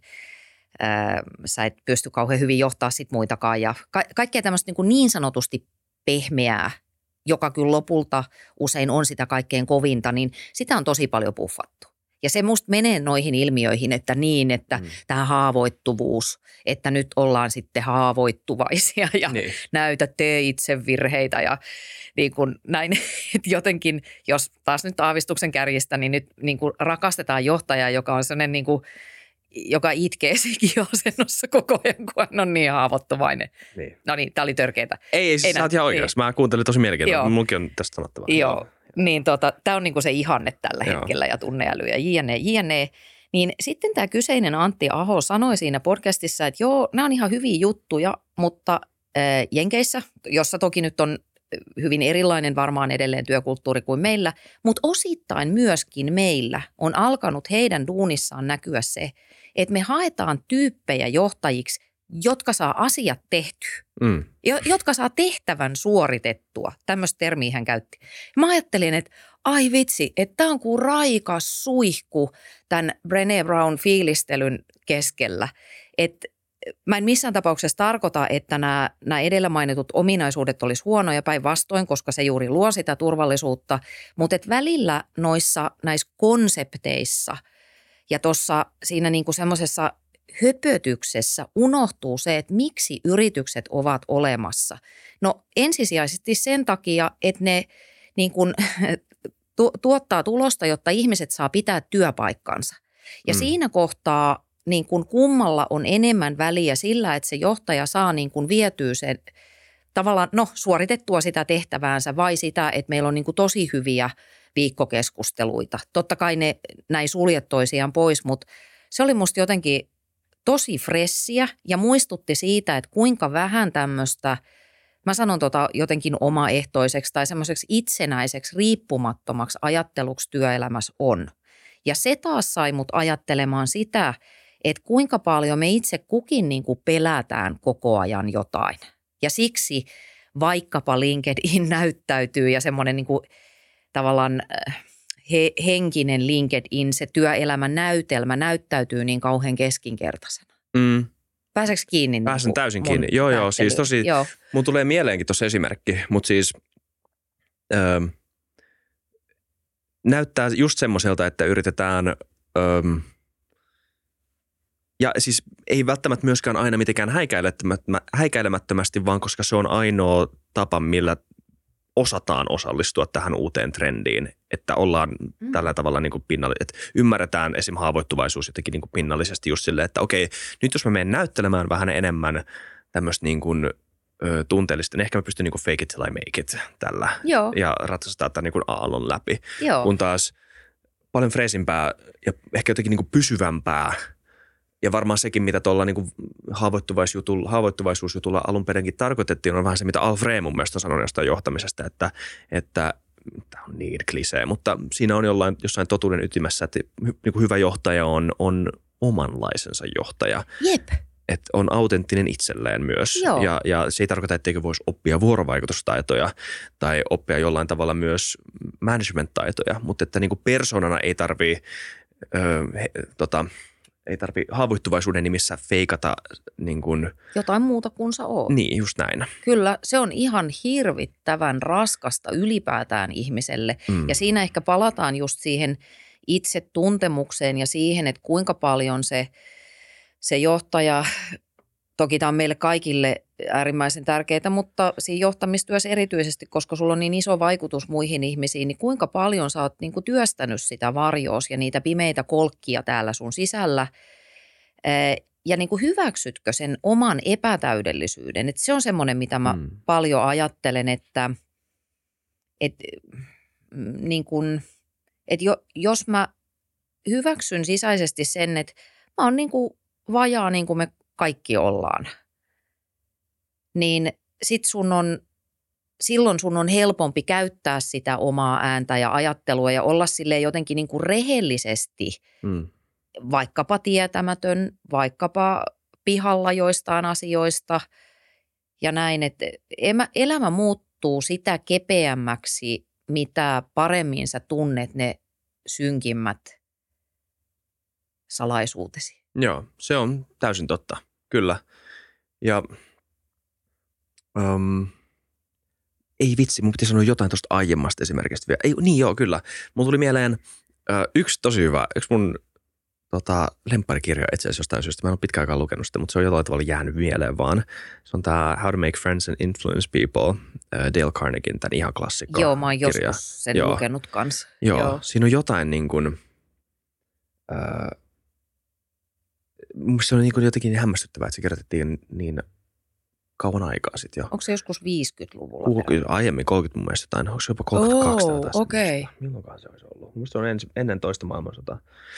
sä et pysty kauhean hyvin johtaa sit muitakaan ja kaikkea tämmöistä niin sanotusti pehmeää, joka kyllä lopulta usein on sitä kaikkein kovinta, niin sitä on tosi paljon puffattu. Ja se musta menee noihin ilmiöihin, että niin, että tämä haavoittuvuus, että nyt ollaan sitten haavoittuvaisia ja näytä tee itse virheitä ja niin kuin näin, että jotenkin, jos taas nyt aavistuksen kärjistä, niin nyt niin kuin rakastetaan johtajaa, joka on sellainen niin kuin, joka itkee sikiöasennossa koko ajan, kun hän on niin haavoittuvainen. Niin. No niin, tämä oli törkeätä. Ei siis sä oot ihan oikeassa. Mä kuuntelin tosi mielenkiintoista. Munkin on tästä sanottavaa. Joo. Niin tämä on niinku se ihanne tällä hetkellä ja tunneäly ja jne. Niin sitten tämä kyseinen Antti Aho sanoi siinä podcastissa, että joo, nämä on ihan hyviä juttuja, mutta Jenkeissä, jossa toki nyt on hyvin erilainen varmaan edelleen työkulttuuri kuin meillä, mutta osittain myöskin meillä on alkanut heidän duunissaan näkyä se, että me haetaan tyyppejä johtajiksi, jotka saa asiat tehtyä, jotka saa tehtävän suoritettua. Tämmöistä termiä hän käytti. Mä ajattelin, että ai vitsi, että tämä on kuin raikas suihku tämän Brené Brown fiilistelyn keskellä. Että mä en missään tapauksessa tarkoita, että nämä edellä mainitut ominaisuudet olisi huonoja päinvastoin, koska se juuri luo sitä turvallisuutta, mutta että välillä näissä konsepteissa ja tuossa siinä niinku semmoisessa höpötyksessä unohtuu se, että miksi yritykset ovat olemassa. No ensisijaisesti sen takia, että ne niin kuin, tuottaa tulosta, jotta ihmiset saa pitää työpaikkansa. Ja siinä kohtaa niin kuin kummalla on enemmän väliä sillä, että se johtaja saa niin kuin vietyä sen tavallaan, suoritettua sitä tehtäväänsä vai sitä, että meillä on niin kuin tosi hyviä viikkokeskusteluita. Totta kai ne näin sulje toisiaan pois, mutta se oli musta jotenkin tosi fressiä ja muistutti siitä, että kuinka vähän tämmöistä, mä sanon jotenkin omaehtoiseksi tai semmoiseksi itsenäiseksi, riippumattomaksi ajatteluksi työelämässä on. Ja se taas sai mut ajattelemaan sitä, että kuinka paljon me itse kukin niin kuin pelätään koko ajan jotain. Ja siksi vaikkapa LinkedIn näyttäytyy ja semmoinen niin kuin tavallaan henkinen LinkedIn, se työelämän näytelmä näyttäytyy niin kauhean keskinkertaisena. Pääseekö kiinni? Pääsen täysin kiinni. Joo, siis tosi, mun tulee mieleenkin tuossa esimerkki, mutta siis näyttää just semmoiselta, että yritetään, ja siis ei välttämättä myöskään aina mitenkään häikäilemättömästi, vaan koska se on ainoa tapa, millä osataan osallistua tähän uuteen trendiin, että ollaan tällä tavalla niin kuin että ymmärretään esim. Haavoittuvaisuus jotenkin niin kuin pinnallisesti just silleen, että okei, nyt jos mä menen näyttelemään vähän enemmän tämmöistä niin kuin tunteellista, niin ehkä mä pystyn niin kuin fake it till I make it tällä. Joo. Ja ratsaistaa tämän niin kuin aallon läpi. Joo. Kun taas paljon freesimpää ja ehkä jotenkin niin kuin pysyvämpää. Ja varmaan sekin, mitä tuolla niin haavoittuvaisuusjutulla alun perinkin tarkoitettiin, on vähän se, mitä Alfred mun mielestä on sanonut jostain johtamisesta, että tämä on niin klisee, mutta siinä on jossain totuuden ytimessä, että niin kuin hyvä johtaja on omanlaisensa johtaja. Jep. Että on autenttinen itselleen myös. Ja se ei tarkoita, etteikö voisi oppia vuorovaikutustaitoja tai oppia jollain tavalla myös management-taitoja, mutta että niin kuin persoonana ei tarvitse haavoittuvaisuuden nimissä feikata niin kuin jotain muuta kuin sä oot. Niin, just näin. Kyllä, se on ihan hirvittävän raskasta ylipäätään ihmiselle. Ja siinä ehkä palataan just siihen itsetuntemukseen ja siihen, että kuinka paljon se johtaja, toki tämä on meille kaikille äärimmäisen tärkeää, mutta siinä johtamistyössä erityisesti, koska sulla on niin iso vaikutus muihin ihmisiin, niin kuinka paljon sä oot niin kuin työstänyt sitä varjoos ja niitä pimeitä kolkkia täällä sun sisällä ja niin kuin hyväksytkö sen oman epätäydellisyyden. Että se on semmoinen, mitä mä paljon ajattelen, että niin kuin, että jos mä hyväksyn sisäisesti sen, että mä oon niin kuin vajaa, niin kuin me kaikki ollaan, niin silloin sun on helpompi käyttää sitä omaa ääntä ja ajattelua ja olla silleen jotenkin niin kuin rehellisesti, vaikkapa tietämätön, vaikkapa pihalla joistain asioista ja näin, että elämä muuttuu sitä kepeämmäksi, mitä paremmin sä tunnet ne synkimmät salaisuutesi. Joo, se on täysin totta, kyllä. Ja ei vitsi, mun piti sanoa jotain tuosta aiemmasta esimerkistä vielä. Ei, niin joo, kyllä. Mulla tuli mieleen yksi tosi hyvä, yksi mun lempparikirja itse asiassa jostain syystä. Mä en ole pitkään aikaan lukenut sitä, mutta se on jollain tavalla jäänyt mieleen vaan. Se on tämä How to Make Friends and Influence People, Dale Carnegien tämän ihan klassikko. Joo, mä oon joskus sen lukenut kanssa. Joo, siinä on jotain niin kuin, se on niin kuin jotenkin hämmästyttävää, että se kirjoitettiin niin kauan aikaa sitten jo. Onko se joskus 50-luvulla? Aiemmin 30 mun mielestä jotain. Onko se jopa 32 tai tästä? Okei. Milloinkaan se olisi ollut? Mielestäni se on ennen toista maailmansotaa.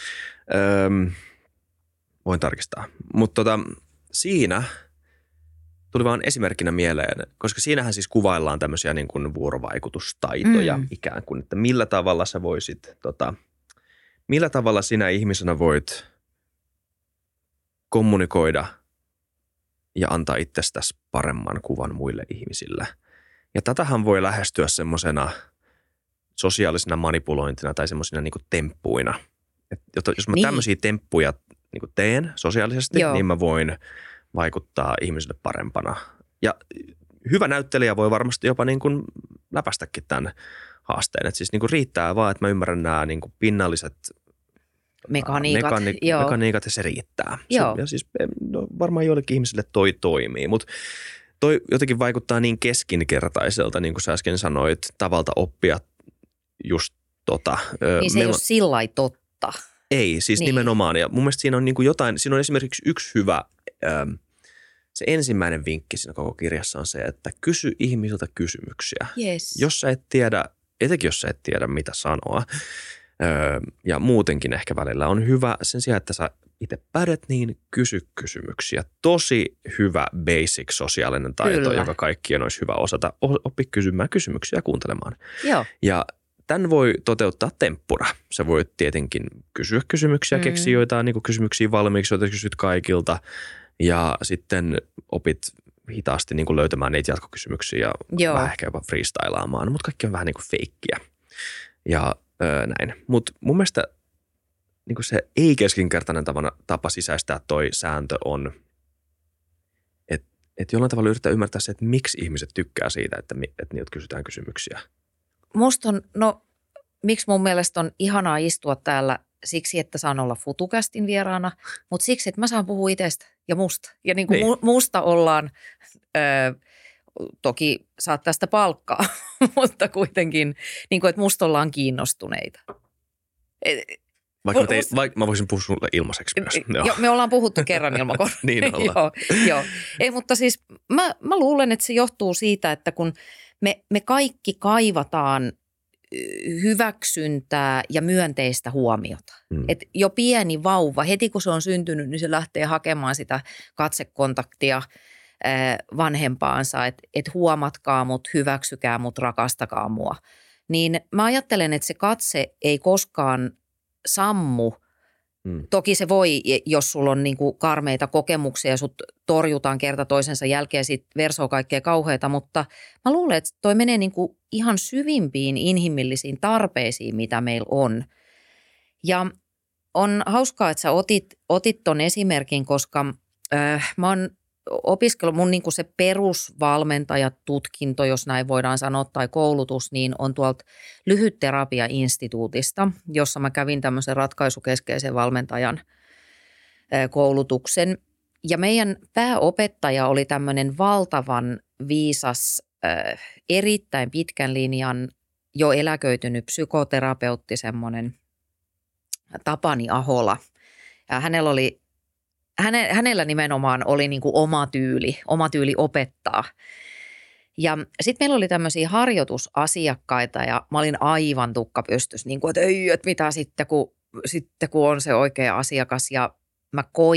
Voin tarkistaa. Mutta siinä tuli vaan esimerkkinä mieleen, koska siinähän siis kuvaillaan tämmöisiä niin kuin vuorovaikutustaitoja ikään kuin, että millä tavalla sä voisit, millä tavalla sinä ihmisenä voit kommunikoida ja antaa itsestäsi paremman kuvan muille ihmisille. Ja tätähän voi lähestyä semmoisena sosiaalisena manipulointina tai semmoisina niin kuin temppuina. Jos mä tämmöisiä temppuja niin kuin teen sosiaalisesti, niin mä voin vaikuttaa ihmisille parempana. Ja hyvä näyttelijä voi varmasti jopa niin kuin läpästäkin tämän haasteen. Että siis niin kuin riittää vaan, että mä ymmärrän nämä niin kuin pinnalliset mekaniikat ja se riittää. Ja siis varmaan joillekin ihmisille toi toimii, mutta toi jotenkin vaikuttaa niin keskinkertaiselta, niin kuin sä äsken sanoit, tavalta oppia just Niin se ei ole sillai totta. Ei, siis nimenomaan. Ja mun mielestä siinä on niin kuin jotain, siinä on esimerkiksi yksi hyvä, se ensimmäinen vinkki siinä koko kirjassa on se, että kysy ihmisiltä kysymyksiä. Yes. Jos sä et tiedä, etenkin jos sä et tiedä mitä sanoa, ja muutenkin ehkä välillä on hyvä sen sijaan, että sä itse pärjät, niin kysy kysymyksiä. Tosi hyvä basic sosiaalinen taito, joka kaikkien olisi hyvä osata. Oppi kysymään kysymyksiä ja kuuntelemaan. Joo. Ja tämän voi toteuttaa temppuna. Sä voit tietenkin kysyä kysymyksiä, keksiä joitain niin kuin kysymyksiä valmiiksi, joita kysyt kaikilta. Ja sitten opit hitaasti niin kuin löytämään niitä jatkokysymyksiä ja vähän ehkä jopa freestylaamaan. Mutta kaikki on vähän niin kuin feikkiä. Ja näin. Mutta mun mielestä niin kuin se ei-keskinkertainen tapa sisäistää toi sääntö on, että jollain tavalla yrittää ymmärtää se, että miksi ihmiset tykkää siitä, että niiltä kysytään kysymyksiä. Musta on, miksi mun mielestä on ihanaa istua täällä siksi, että saan olla FutuCastin vieraana, mutta siksi, että mä saan puhua itsestä ja musta. Ja niin kuin musta ollaan, toki saat tästä palkkaa, mutta kuitenkin, niin kuin, että musta ollaan kiinnostuneita. Vaikka mä voisin puhua sulle ilmaiseksi myös. Joo, me ollaan puhuttu kerran ilmakorvalla. Niin ollaan. Joo. Ei, mutta siis mä luulen, että se johtuu siitä, että kun me kaikki kaivataan hyväksyntää ja myönteistä huomiota. Et jo pieni vauva, heti kun se on syntynyt, niin se lähtee hakemaan sitä katsekontaktia vanhempaansa, että huomatkaa mut, hyväksykää mut, rakastakaa mua. Niin mä ajattelen, että se katse ei koskaan sammu. Toki se voi, jos sulla on niinku karmeita kokemuksia ja sut torjutaan kerta toisensa jälkeen, sit versoo kaikkea kauheata, mutta mä luulen, että toi menee niinku ihan syvimpiin inhimillisiin tarpeisiin, mitä meillä on. Ja on hauskaa, että sä otit ton esimerkin, koska mä oon opiskellut, mun niinku se perusvalmentajatutkinto, jos näin voidaan sanoa, tai koulutus, niin on tuolta Lyhytterapia-instituutista, jossa mä kävin tämmöisen ratkaisukeskeisen valmentajan koulutuksen. Ja meidän pääopettaja oli tämmöinen valtavan viisas, erittäin pitkän linjan jo eläköitynyt psykoterapeutti, semmoinen Tapani Ahola. Ja hänellä nimenomaan oli niin kuin oma tyyli opettaa. Ja sitten meillä oli tämmöisiä harjoitusasiakkaita ja mä olin aivan tukka pystyssä, niin kuin, että ei, että mitä sitten kun on se oikea asiakas. Ja mä koin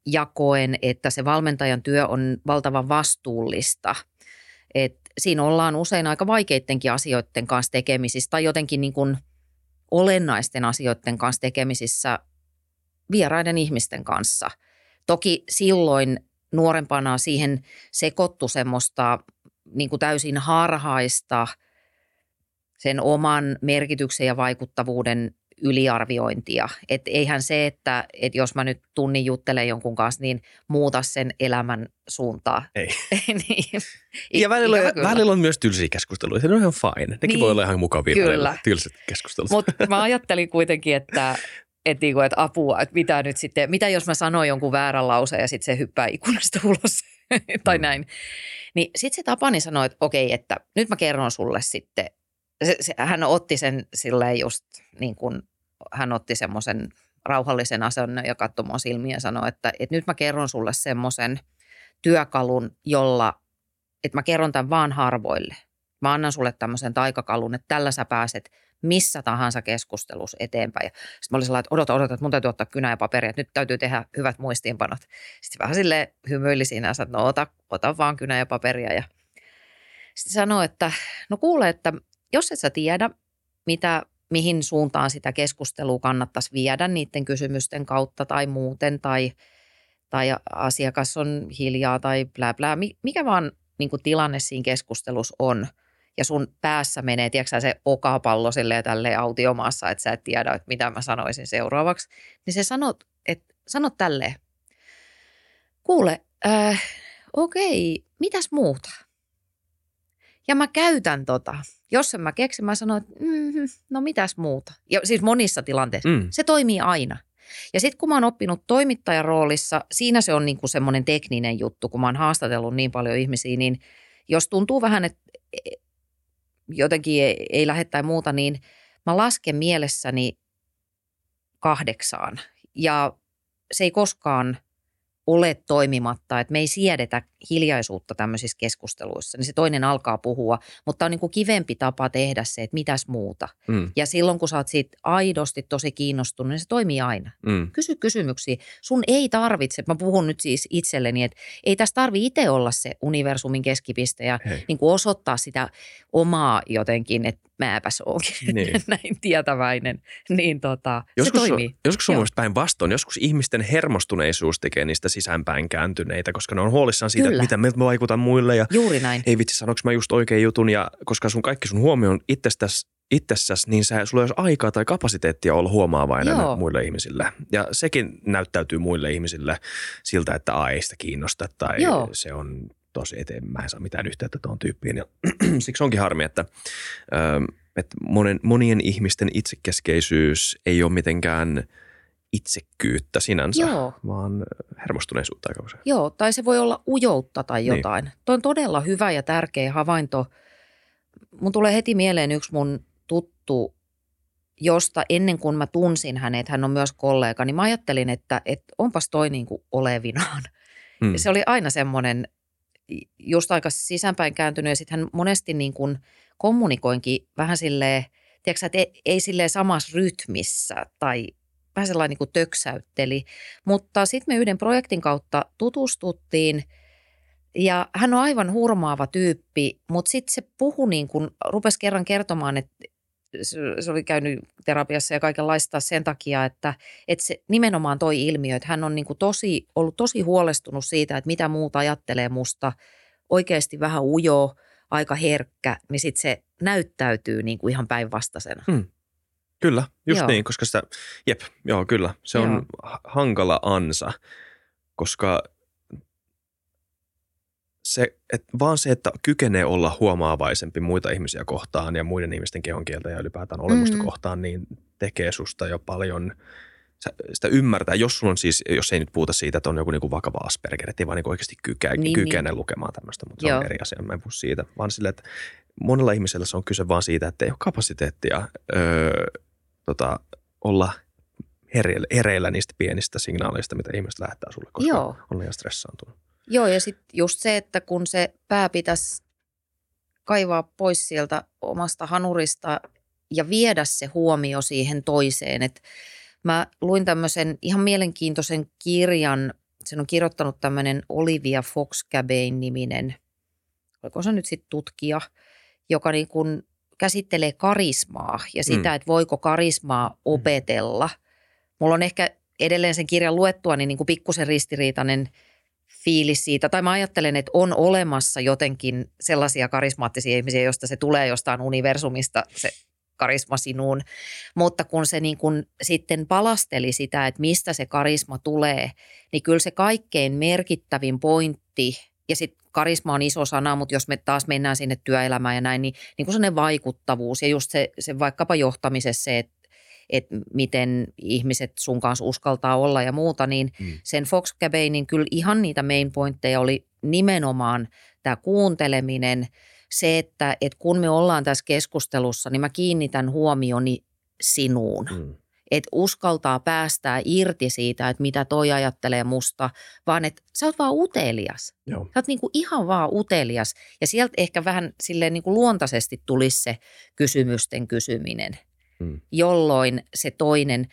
ja koen, että se valmentajan työ on valtavan vastuullista. Et siinä ollaan usein aika vaikeittenkin asioiden kanssa tekemisissä tai jotenkin niin kuin olennaisten asioiden kanssa tekemisissä vieraiden ihmisten kanssa. Toki silloin nuorempana siihen sekoittu semmoista niin kuin täysin harhaista sen oman merkityksen ja vaikuttavuuden yliarviointia. Että eihän se, että jos mä nyt tunnin juttelen jonkun kanssa, niin muuta sen elämän suuntaa. Ei. Niin, ja välillä on myös tylsiä keskusteluita. Ne on ihan fine. Nekin voi olla ihan mukavia välillä, tylsät keskustelut. Mutta mä ajattelin kuitenkin, että apua, että mitä jos mä sanon jonkun väärän lauseen ja sitten se hyppää ikkunasta ulos tai näin. Niin sitten se Tapani sanoi, että okei, että nyt mä kerron sulle sitten. Hän otti sen silleen just niin kuin hän otti semmoisen rauhallisen asennon ja katsoi mua silmiä ja sanoi, että nyt mä kerron sulle semmoisen työkalun, jolla, että mä kerron tämän vaan harvoille. Mä annan sulle tämmöisen taikakalun, että tällä sä pääset missä tahansa keskustelussa eteenpäin. Sitten mä olin sellainen, että odota, että mun täytyy ottaa kynä ja paperia, että nyt täytyy tehdä hyvät muistiinpanot. Sitten vähän silleen hymyili siinä ja sanoi, että no ota vaan kynä ja paperia. Ja sitten sanoi, että no kuule, että jos et sä tiedä, mihin suuntaan sitä keskustelua kannattaisi viedä niiden kysymysten kautta tai muuten, tai asiakas on hiljaa tai blää blää, mikä vaan niin kuin tilanne siinä keskustelussa on, ja sun päässä menee, tiedätkö se okapallo silleen tälleen autiomaassa, että sä et tiedä, että mitä mä sanoisin seuraavaksi, niin se sanot tälleen, kuule, okei, mitäs muuta? Ja mä käytän jos en mä keksin, mä sanon, että no mitäs muuta. Ja siis monissa tilanteissa. Se toimii aina. Ja sitten kun mä oon oppinut toimittajan roolissa, siinä se on niinku semmoinen tekninen juttu, kun mä oon haastatellut niin paljon ihmisiä, niin jos tuntuu vähän, että jotenkin ei lähde tai muuta, niin mä lasken mielessäni 8. Ja se ei koskaan ole toimimatta, että me ei siedetä hiljaisuutta tämmöisissä keskusteluissa, niin se toinen alkaa puhua, mutta on niin kuin kivempi tapa tehdä se, että mitäs muuta. Ja silloin, kun sä oot siitä aidosti tosi kiinnostunut, niin se toimii aina. Kysy kysymyksiä. Sun ei tarvitse, mä puhun nyt siis itselleni, että ei tässä tarvitse itse olla se universumin keskipiste ja niin kuin osoittaa sitä omaa jotenkin, että mäpäs oonkin näin tietäväinen, niin se toimii. Joskus on mielestäni päinvastoin. Joskus ihmisten hermostuneisuus tekee niistä sisäänpäin kääntyneitä, koska ne on huolissaan siitä, että miten me vaikutan muille. Ja juuri näin. Ei vitsi, sanoinko mä just oikein jutun, ja koska kaikki sun huomio on itsessäsi, niin sulla ei ole aikaa tai kapasiteettia olla huomaavainen muille ihmisille. Ja sekin näyttäytyy muille ihmisille siltä, että ei sitä kiinnosta tai se on tosi eteen, mä en saa mitään yhteyttä tuohon tyyppiin. Ja siksi onkin harmi, että monien ihmisten itsekeskeisyys ei ole mitenkään itsekkyyttä sinänsä, vaan hermostuneisuutta aika usein. Joo, tai se voi olla ujoutta tai jotain. Niin. Tuo on todella hyvä ja tärkeä havainto. Mun tulee heti mieleen yksi mun tuttu, josta ennen kuin mä tunsin hänet, hän on myös kollega, niin mä ajattelin, että onpas toi niin kuin olevinaan. Se oli aina semmoinen just aika sisäänpäin kääntynyt ja sitten hän monesti niin kuin kommunikoinkin vähän silleen, tiedätkö, että ei silleen samassa rytmissä tai vähän sellainen niin kuin töksäytteli. Mutta sitten me yhden projektin kautta tutustuttiin ja hän on aivan hurmaava tyyppi, mutta sitten se puhui niin kuin, rupesi kerran kertomaan, että se oli käynyt terapiassa ja kaikenlaista sen takia, että se nimenomaan toi ilmiö, että hän on niin kuin ollut tosi huolestunut siitä, että mitä muuta ajattelee musta, oikeasti vähän ujo, aika herkkä, niin sitten se näyttäytyy niin kuin ihan päinvastaisena. Kyllä, just niin, koska sitä, kyllä, se on hankala ansa, koska vaan se, että kykenee olla huomaavaisempi muita ihmisiä kohtaan ja muiden ihmisten kehonkieltä ja ylipäätään olemusta kohtaan, niin tekee susta jo paljon sitä ymmärtää. Jos sulla on siis, jos ei nyt puhuta siitä, että on joku niinku vakava Asperger, että ei vaan niinku oikeasti kykene lukemaan tämmöistä, mutta se on eri asia, mä en puhu siitä. Vaan sille, että monella ihmisellä se on kyse vaan siitä, että ei ole kapasiteettia olla hereillä niistä pienistä signaaleista, mitä ihmiset lähettää sulle, koska on liian stressaantunut. Joo, ja sitten just se, että kun se pää pitäisi kaivaa pois sieltä omasta hanurista ja viedä se huomio siihen toiseen. Et mä luin tämmöisen ihan mielenkiintoisen kirjan, sen on kirjoittanut tämmöinen Olivia Fox-Cabane-niminen, oliko se nyt sitten tutkija, joka niin kuin käsittelee karismaa ja sitä, että voiko karismaa opetella. Mulla on ehkä edelleen sen kirjan luettua niin kuin pikkusen ristiriitainen fiilis siitä, tai mä ajattelen, että on olemassa jotenkin sellaisia karismaattisia ihmisiä, joista se tulee jostain universumista, se karisma sinuun, mutta kun se niin kuin sitten palasteli sitä, että mistä se karisma tulee, niin kyllä se kaikkein merkittävin pointti, ja sitten karisma on iso sana, mutta jos me taas mennään sinne työelämään ja näin, niin kuin sellainen vaikuttavuus ja just se vaikkapa johtamisessa se, että miten ihmiset sun kanssa uskaltaa olla ja muuta, niin sen Fox Cabanein kyllä ihan niitä main pointteja oli nimenomaan tämä kuunteleminen, se, että kun me ollaan tässä keskustelussa, niin mä kiinnitän huomioni sinuun. Että uskaltaa päästää irti siitä, että mitä toi ajattelee musta, vaan että sä oot vaan utelias. Joo. Sä oot niinku ihan vaan utelias ja sieltä ehkä vähän silleen niinku luontaisesti tulisi se kysymysten kysyminen, jolloin se toinen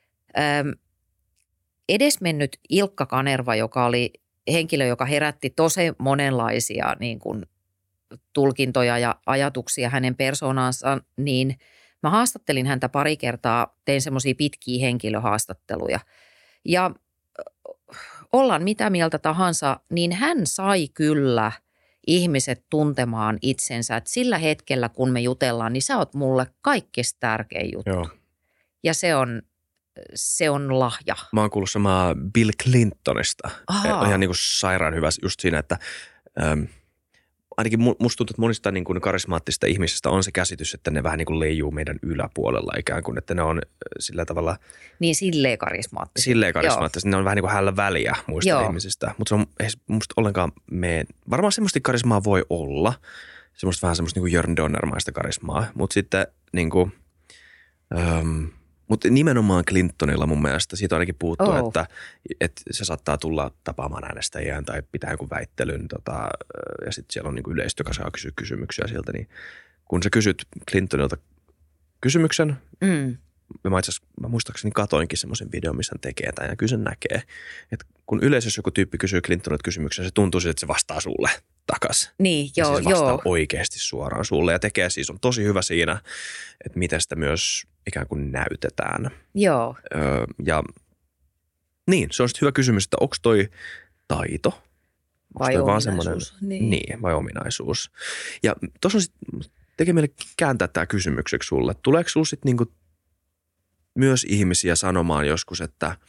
edesmennyt Ilkka Kanerva, joka oli henkilö, joka herätti tosi monenlaisia niin kuin tulkintoja ja ajatuksia hänen persoonansa, niin mä haastattelin häntä pari kertaa, tein semmoisia pitkiä henkilöhaastatteluja. Ja ollaan mitä mieltä tahansa, niin hän sai kyllä ihmiset tuntemaan itsensä, että sillä hetkellä kun me jutellaan, niin sä oot mulle kaikkein tärkein juttu. Joo. Ja se on lahja. Mä oon kuullut samaa Bill Clintonista. On ihan niin kuin sairaan hyvä just siinä, että ainakin musta tuntuu, että monista niin kuin karismaattista ihmisistä on se käsitys, että ne vähän niin kuin leijuu meidän yläpuolella ikään kuin, että ne on sillä tavalla. Niin silleen karismaattisia. Silleen karismaattisia. Ne on vähän niin kuin hällä väliä muista ihmisistä. Mutta se on ei musta ollenkaan varmaan semmoista karismaa voi olla. Vähän semmoista niin kuin Jörn Donnermaista karismaa. Mutta sitten niin kuin, mutta nimenomaan Clintonilla mun mielestä siitä ainakin puuttuu, että se saattaa tulla tapaamaan äänestäjiään tai pitää jonkun väittelyn ja sitten siellä on niin kuin yleisö, joka saa kysyä kysymyksiä sieltä. Niin kun sä kysyt Clintonilta kysymyksen, mä muistaakseni katoinkin semmoisen videon, missä hän tekee tämän ja kyllä sen näkee, että kun yleisössä joku tyyppi kysyy Clintonilta kysymyksen, se tuntuu siltä, että se vastaa sulle takas. Niin, joo, siis vastaa oikeasti suoraan sulle ja tekee siis, on tosi hyvä siinä, että miten sitä myös ikään kuin näytetään. Joo. Ja niin, se on sitten hyvä kysymys, että onko toi taito? Vai toi ominaisuus. Vaan niin, vai ominaisuus. Ja tuossa on sitten, tekee meille kääntää tämä kysymykseksi sulle. Tuleeko sinulla sitten niinku myös ihmisiä sanomaan joskus, että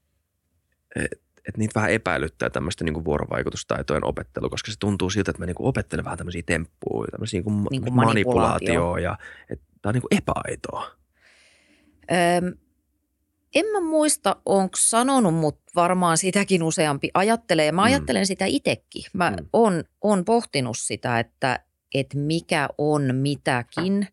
niitä vähän epäilyttää tämmöistä niinku vuorovaikutustaitojen opettelu, koska se tuntuu siltä, että mä niinku opettelen vähän tämmöisiä temppuja, tämmöisiä niinku manipulaatioa ja tämä on niinku epäaitoa. En mä muista, onko sanonut, mutta varmaan sitäkin useampi ajattelee. Mä ajattelen sitä itsekin. Mä oon pohtinut sitä, että mikä on mitäkin.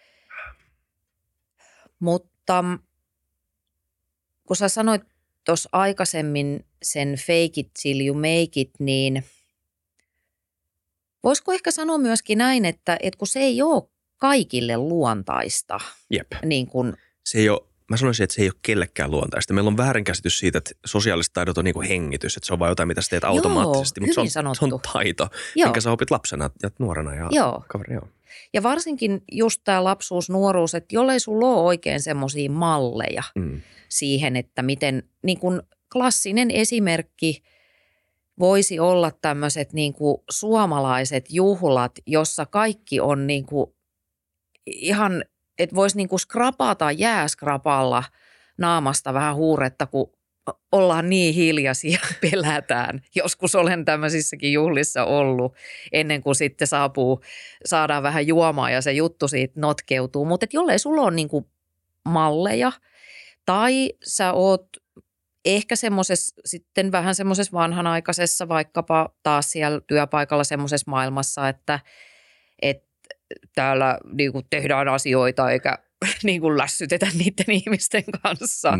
Mutta kun sä sanoit tuossa aikaisemmin sen fake it till you make it, niin voisiko ehkä sanoa myöskin näin, että kun se ei ole kaikille luontaista. Jep. Niin kun se ei ole, mä sanoisin, että se ei ole kellekään luontaista. Meillä on väärinkäsitys siitä, että sosiaaliset taidot on niin kuin hengitys, että se on vain jotain, mitä sä teet automaattisesti. Mutta se on taito, minkä sä opit lapsena ja nuorena ja kaveri. Ja varsinkin just tämä lapsuus, nuoruus, että jollei sulla ole oikein semmoisia malleja siihen, että miten niin kuin klassinen esimerkki voisi olla tämmöiset niin kuin suomalaiset juhlat, jossa kaikki on niin kuin ihan, että voisi niin kuin skrapata jääskrapalla naamasta vähän huuretta, kun ollaan niin hiljaisia, pelätään. Joskus olen tämmöisissäkin juhlissa ollut ennen kuin sitten saadaan vähän juomaa ja se juttu siitä notkeutuu. Mutta jollei sulla ole niin kuin malleja tai sä oot ehkä semmoisessa sitten vähän semmoisessa vanhanaikaisessa vaikkapa taas siellä työpaikalla semmoisessa maailmassa, että täällä niin kuin tehdään asioita eikä niin kuin lässytetä niiden ihmisten kanssa,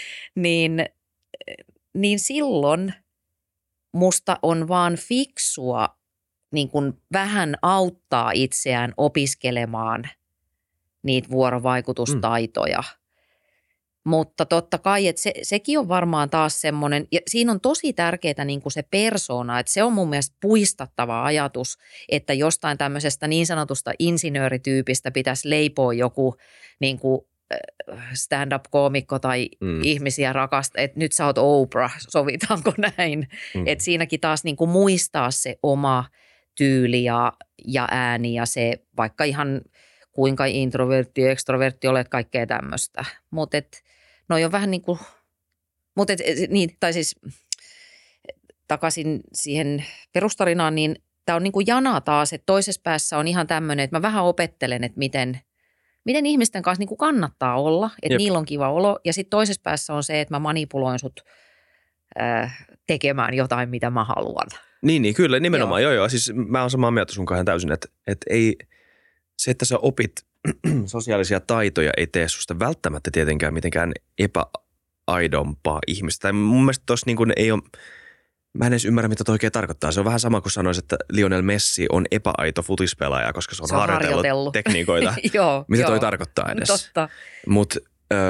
niin silloin musta on vaan fiksua niin kuin vähän auttaa itseään opiskelemaan niitä vuorovaikutustaitoja. Mutta totta kai, että sekin on varmaan taas semmoinen, ja siinä on tosi tärkeää niin kuin se persoona, että se on mun mielestä puistattava ajatus, että jostain tämmöisestä niin sanotusta insinöörityypistä pitäisi leipoa joku niin kuin stand-up-koomikko tai ihmisiä rakastaa, että nyt sä oot Oprah, sovitaanko näin. Että siinäkin taas niin kuin muistaa se oma tyyli ja ääni ja se vaikka ihan kuinka introvertti, ekstrovertti olet, kaikkea tämmöistä. Mutta noi on vähän niin kuin, niin, tai siis takaisin siihen perustarinaan, niin tämä on niin kuin jana taas, että toisessa päässä on ihan tämmöinen, että mä vähän opettelen, että miten ihmisten kanssa niin kuin kannattaa olla, että niillä on kiva olo. Ja sitten toisessa päässä on se, että mä manipuloin sut tekemään jotain, mitä mä haluan. Niin kyllä, nimenomaan. Joo. Siis mä oon samaa mieltä sun kanssa täysin, että ei se, että sä opit sosiaalisia taitoja, ei tee susta välttämättä tietenkään mitenkään epäaidompaa ihmistä. Tai mun mielestä tossa niin kuin ei ole, mä en edes ymmärrä, mitä toi oikein tarkoittaa. Se on vähän sama kuin sanoisi, että Lionel Messi on epäaito futispelaaja, koska se on harjoitellut tekniikoita. Mitä toi tarkoittaa edes? Totta. Mutta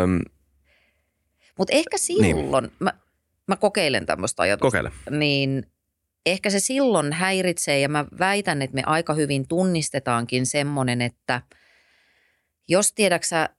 ehkä silloin, niin. Mä kokeilen tämmöistä ajatusta. Kokeile. Niin ehkä se silloin häiritsee ja mä väitän, että me aika hyvin tunnistetaankin semmoinen, että jos tiedäksä,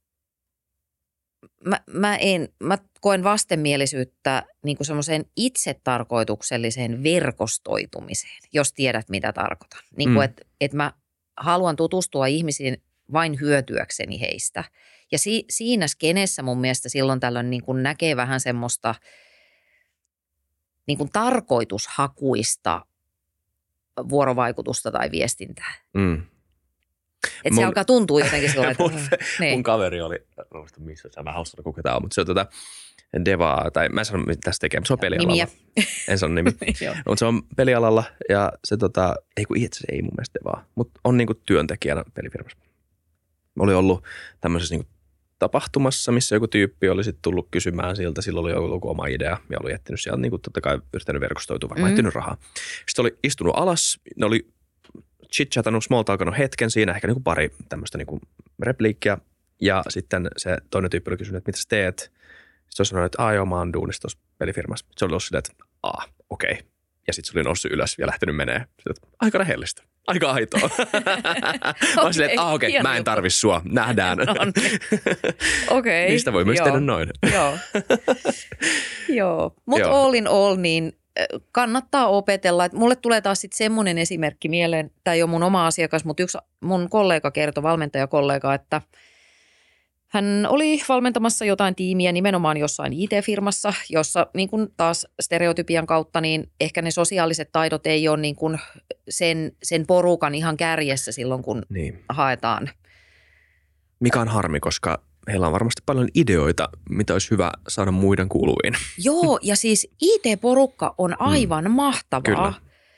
mä koen vastenmielisyyttä niin kuin semmoiseen itsetarkoitukselliseen verkostoitumiseen, jos tiedät mitä tarkoitan. Niin kuin, että mä haluan tutustua ihmisiin vain hyötyäkseni heistä. Ja siinä skenessä mun mielestä silloin tällöin niin kuin näkee vähän semmoista niin kuin tarkoitushakuista vuorovaikutusta tai viestintää. Että se alkaa tuntua jotenkin sillä mun kaveri oli, missä se on vähän hauska kuka tämä on, mutta se on Devaa, tai mä en sano mitä tässä tekee, mutta se on pelialalla. Nimiä. En sano nimi. Mutta se on pelialalla ja se itse ei mun mielestä Devaa, mutta on niinku työntekijänä pelifirmassa. Oli ollut tämmöisessä niinku tapahtumassa, missä joku tyyppi oli sitten tullut kysymään siltä, silloin oli joku oma idea ja oli jättänyt sieltä niinku totta kai yrittänyt verkostoitua, vaikka jättänyt rahaa. Sitten oli istunut alas, ne oli chit-chatannut, small-talkannut hetken siinä, ehkä niinku pari tämmöistä niinku repliikkiä. Ja sitten se toinen tyyppi oli kysynyt, että mitä sä teet? Sitten se oli sanonut, että joo, mä oon duunissa tuossa pelifirmassa. Se oli ollut silleen, että okei. Ja sitten se oli noussut ylös ja lähtenyt menee. Sitten, aika rehellistä. Aika aitoa. Mä silleen, että okei, mä en tarvi sua. Nähdään. Okei. Niistä voi myös tehdä noin. Joo. Mutta all in all, niin kannattaa opetella. Et mulle tulee taas sitten semmoinen esimerkki mieleen, tämä ei ole mun oma asiakas, mutta yksi mun kollega kertoi, valmentajakollega, että hän oli valmentamassa jotain tiimiä nimenomaan jossain IT-firmassa, jossa niin kuin taas stereotypian kautta, niin ehkä ne sosiaaliset taidot ei ole niin kuin sen porukan ihan kärjessä silloin, kun haetaan. Mikä on harmi, koska heillä on varmasti paljon ideoita, mitä olisi hyvä saada muiden kuuluviin. Joo, ja siis IT-porukka on aivan mahtavaa. Kyllä.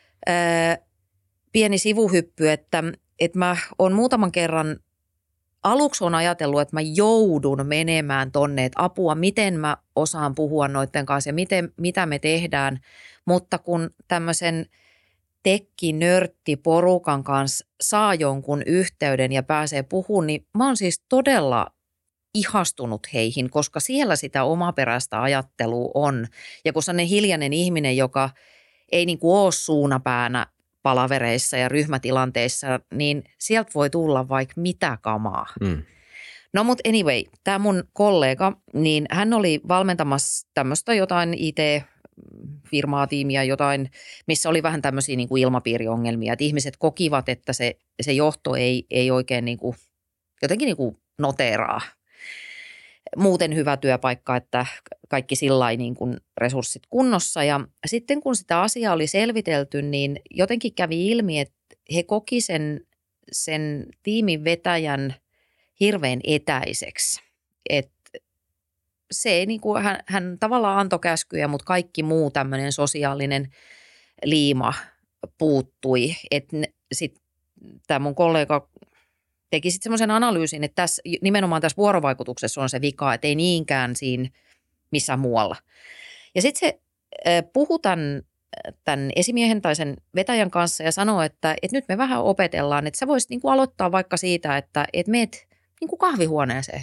Pieni sivuhyppy, että mä oon muutaman kerran aluksi on ajatellut, että mä joudun menemään tonne, että apua, miten mä osaan puhua noiden kanssa ja mitä me tehdään. Mutta kun tämmöisen tekki-nörtti-porukan kanssa saa jonkun yhteyden ja pääsee puhumaan, niin mä oon siis todella ihastunut heihin, koska siellä sitä omaperäistä ajattelua on. Ja kun sellainen hiljainen ihminen, joka ei niin kuin ole suunapäänä palavereissa ja ryhmätilanteissa, niin sieltä voi tulla vaikka mitä kamaa. No mutta anyway, tämä mun kollega, niin hän oli valmentamassa tämmöistä jotain IT-firmaa, tiimiä, jotain, missä oli vähän tämmöisiä niin kuin ilmapiiriongelmia, että ihmiset kokivat, että se johto ei oikein niin kuin, jotenkin niin kuin noteeraa. Muuten hyvä työpaikka, että kaikki sillain niin kuin resurssit kunnossa. Ja sitten kun sitä asiaa oli selvitelty, niin jotenkin kävi ilmi, että he koki sen tiimin vetäjän hirveän etäiseksi. Että se niin kuin hän tavallaan antoi käskyjä, mutta kaikki muu tämmöinen sosiaalinen liima puuttui. Että sitten tämä mun kollega teki sitten semmoisen analyysin, että nimenomaan tässä vuorovaikutuksessa on se vika, että ei niinkään siinä missään muualla. Ja sitten se puhui tämän esimiehen tai sen vetäjän kanssa ja sanoi, että nyt me vähän opetellaan, että sä voisit niinku aloittaa vaikka siitä, että meet niinku kahvihuoneeseen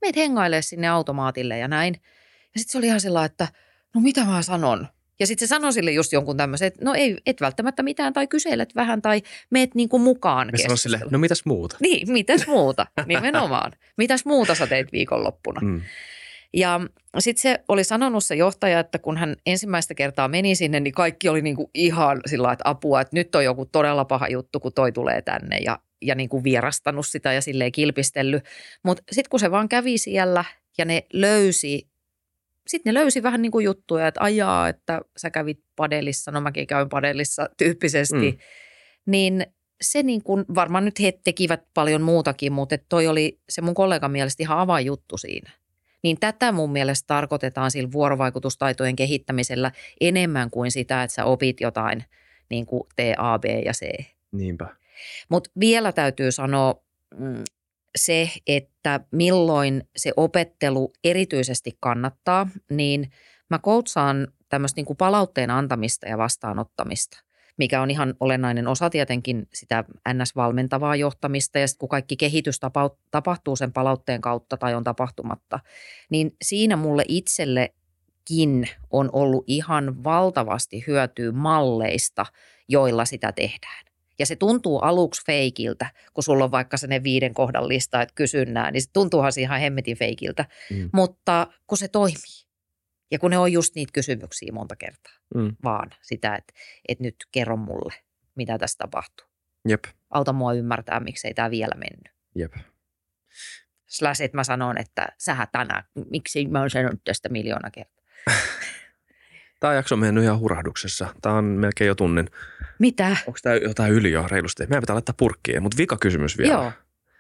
meet hengailemaan sinne automaatille ja näin. Ja sitten se oli ihan sillä, että no mitä mä sanon? Ja sitten se sanoi sille just jonkun tämmöisen, että no ei, et välttämättä mitään tai kyselet vähän tai meet niinku mukaan keskusteluun. Sille, no mitäs muuta? Niin, mitäs muuta, nimenomaan. Mitäs muuta sä teit viikonloppuna? Ja sitten se oli sanonut se johtaja, että kun hän ensimmäistä kertaa meni sinne, niin kaikki oli niinku ihan sillä että apua, että nyt on joku todella paha juttu, kun toi tulee tänne ja niinku vierastanut sitä ja silleen kilpistellyt. Mutta sitten kun se vaan kävi siellä ja ne löysi vähän niin kuin juttuja, että ajaa, että sä kävit padelissa, no mäkin käyn padelissa tyyppisesti, niin se niin kuin, varmaan nyt he tekivät paljon muutakin, mutta toi oli se mun kollegan mielestä ihan avainjuttu siinä. Niin tätä mun mielestä tarkoitetaan sillä vuorovaikutustaitojen kehittämisellä enemmän kuin sitä, että sä opit jotain niin kuin T, A, B ja C. Niinpä. Mutta vielä täytyy sanoa se, että milloin se opettelu erityisesti kannattaa, niin mä coachaan tämmöistä niin kuin palautteen antamista ja vastaanottamista, mikä on ihan olennainen osa tietenkin sitä NS-valmentavaa johtamista ja sitten kun kaikki kehitys tapahtuu sen palautteen kautta tai on tapahtumatta, niin siinä mulle itsellekin on ollut ihan valtavasti hyötyä malleista, joilla sitä tehdään. Ja se tuntuu aluksi feikiltä, kun sulla on vaikka ne 5 kohdan lista, että kysynnää, niin se tuntuuhan se ihan hemmetin feikiltä, mutta kun se toimii. Ja kun ne on just niitä kysymyksiä monta kertaa, vaan sitä, että nyt kerro mulle, mitä tässä tapahtuu. Jep. Auta mua ymmärtää, miksei tämä vielä mennyt. Jep. Slash, että mä sanon, että sähän tänään, miksi mä oon sanonut tästä 1 000 000 kertaa. Tämä jakso on mennyt ihan hurahduksessa. Tämä on melkein jo tunnin. Mitä? Onko tämä jotain yli jo reilusti? Meidän pitää laittaa purkkiin, mutta vika kysymys vielä. Joo.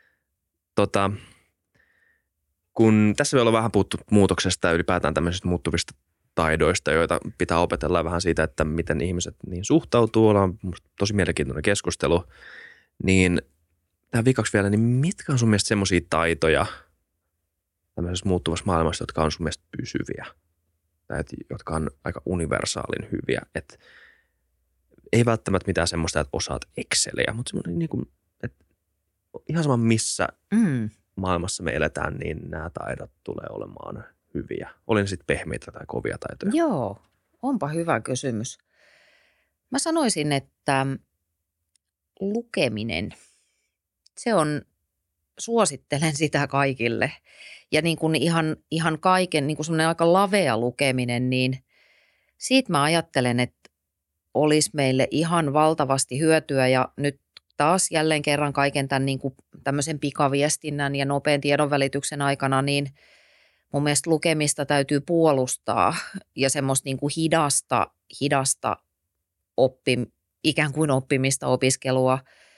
Kun tässä vielä on vähän puhuttu muutoksesta ja ylipäätään tämmöisistä muuttuvista taidoista, joita pitää opetella vähän siitä, että miten ihmiset niin suhtautuu. Ollaan tosi mielenkiintoinen keskustelu. Niin tähän vikaksi vielä, niin mitkä on sun mielestä semmoisia taitoja tämmöisessä muuttuvassa maailmassa, jotka on sun mielestä pysyviä? Tai jotka on aika universaalin hyviä. Et ei välttämättä mitään semmoista, että osaat Exceliä, mutta semmoinen niin kuin, että ihan sama missä maailmassa me eletään, niin nämä taidot tulee olemaan hyviä. Oli ne sitten pehmeitä tai kovia taitoja. Joo, onpa hyvä kysymys. Mä sanoisin, että lukeminen, se on, suosittelen sitä kaikille. Ja niin kuin ihan kaiken, niin kuin semmoinen aika lavea lukeminen, niin siitä mä ajattelen, että olisi meille ihan valtavasti hyötyä ja nyt taas jälleen kerran kaiken tämän niin kuin tämmöisen pikaviestinnän ja nopean tiedonvälityksen aikana, niin mun mielestä lukemista täytyy puolustaa ja semmoista niin kuin hidasta ikään kuin oppimista, opiskelua,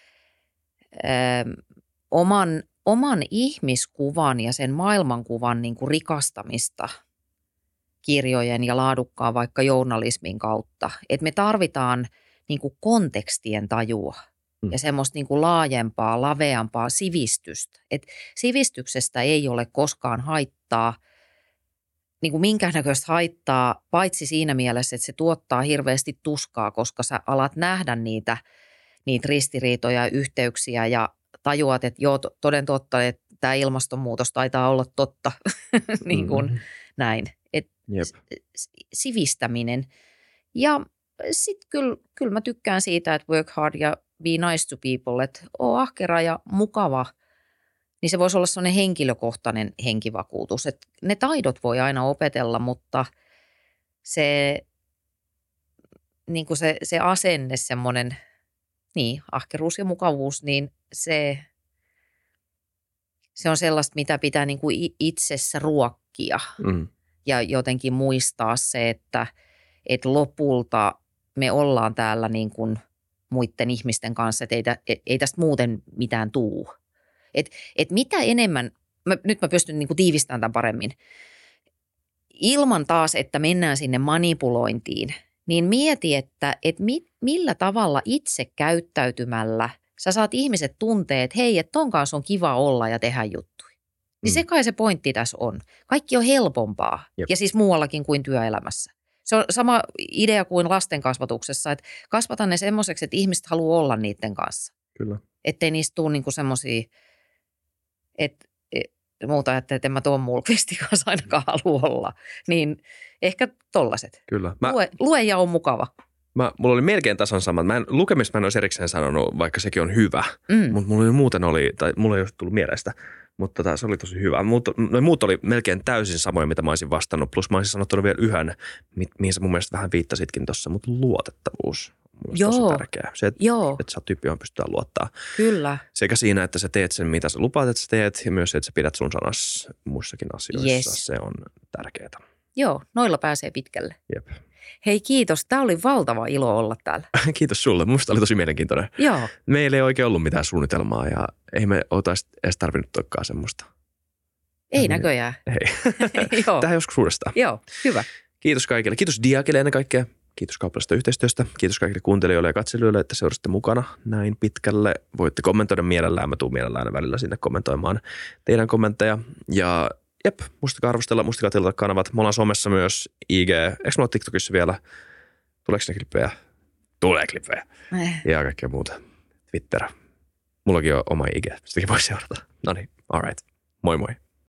oman ihmiskuvan ja sen maailmankuvan niin kuin rikastamista kirjojen ja laadukkaan vaikka journalismin kautta. Että me tarvitaan niin kuin kontekstien tajua ja semmoista niin kuin laajempaa, laveampaa sivistystä. Et sivistyksestä ei ole koskaan haittaa, niin kuin minkäännäköistä haittaa, paitsi siinä mielessä, että se tuottaa hirveästi tuskaa, koska sä alat nähdä niitä ristiriitoja ja yhteyksiä ja tajuat, että joo, toden totta, että tämä ilmastonmuutos taitaa olla totta, niin kuin näin. Sivistäminen. Ja sitten kyllä mä tykkään siitä, että work hard ja be nice to people, että oo ahkera ja mukava, niin se voisi olla sellainen henkilökohtainen henkivakuutus. Että ne taidot voi aina opetella, mutta se, niin kuin se asenne, semmoinen ahkeruus ja mukavuus, niin se on sellaista, mitä pitää niin kuin itsessä ruokkia. Ja jotenkin muistaa se, että lopulta me ollaan täällä niin kuin muiden ihmisten kanssa, että ei tästä muuten mitään tuu. Et mitä enemmän, nyt mä pystyn niin kuin tiivistämään tämän paremmin, ilman taas, että mennään sinne manipulointiin, niin mieti, että millä tavalla itse käyttäytymällä sä saat ihmiset tuntee, että hei, että ton kanssa on kiva olla ja tehdä juttuja. Niin se kai se pointti tässä on. Kaikki on helpompaa ja siis muuallakin kuin työelämässä. Se on sama idea kuin lasten kasvatuksessa, että kasvata ne semmoiseksi, että ihmiset haluaa olla niiden kanssa. Kyllä. Ettei niistä tule niinku semmoisia, että muuta ajattelin, että en mä tuon Mulkvistin kanssa ainakaan halua olla. Niin ehkä tollaset. Kyllä. Lue ja on mukava. Mulla oli melkein tasan sama. Lukemista mä en olisi erikseen sanonut, vaikka sekin on hyvä. Mutta mulla ei ole tullut mielestä. Mutta se oli tosi hyvä. Muut oli melkein täysin samoja, mitä mä olisin vastannut. Plus mä olisin sanottanut vielä yhden, mihin sä mun mielestä vähän viittasitkin tuossa. Mutta luotettavuus on tosi tärkeää. Se, että sä oot tyyppi, johon pystytään luottaa. Kyllä. Sekä siinä, että sä teet sen, mitä sä lupaat, että sä teet. Ja myös se, että sä pidät sun sanas muissakin asioissa. Yes. Se on tärkeää. Joo, noilla pääsee pitkälle. Jep. Hei kiitos, tämä oli valtava ilo olla täällä. Kiitos sulle, musta oli tosi mielenkiintoinen. Joo. Meillä ei oikein ollut mitään suunnitelmaa ja ei me oltaisi edes tarvinnut toikaan semmoista. Ei näköjään. Ei. Tähän joskus uudestaan. Joo, hyvä. Kiitos kaikille. Kiitos Diakille ennen kaikkea. Kiitos kaupallisesta yhteistyöstä. Kiitos kaikille kuuntelijoille ja katselijoille, että seurasitte mukana näin pitkälle. Voitte kommentoida mielellään. Mä tuun mielellään välillä sinne kommentoimaan teidän kommentteja. Ja jep, muistakaa arvostella, muistakaa tilata kanavat. Me ollaan somessa myös IG. Eikö me olla TikTokissa vielä? Tuleeko ne klippejä? Tulee klippejä. Ja kaikkea muuta. Twitter. Mullakin on oma IG. Sitäkin voi seurata. No niin, all right. Moi moi.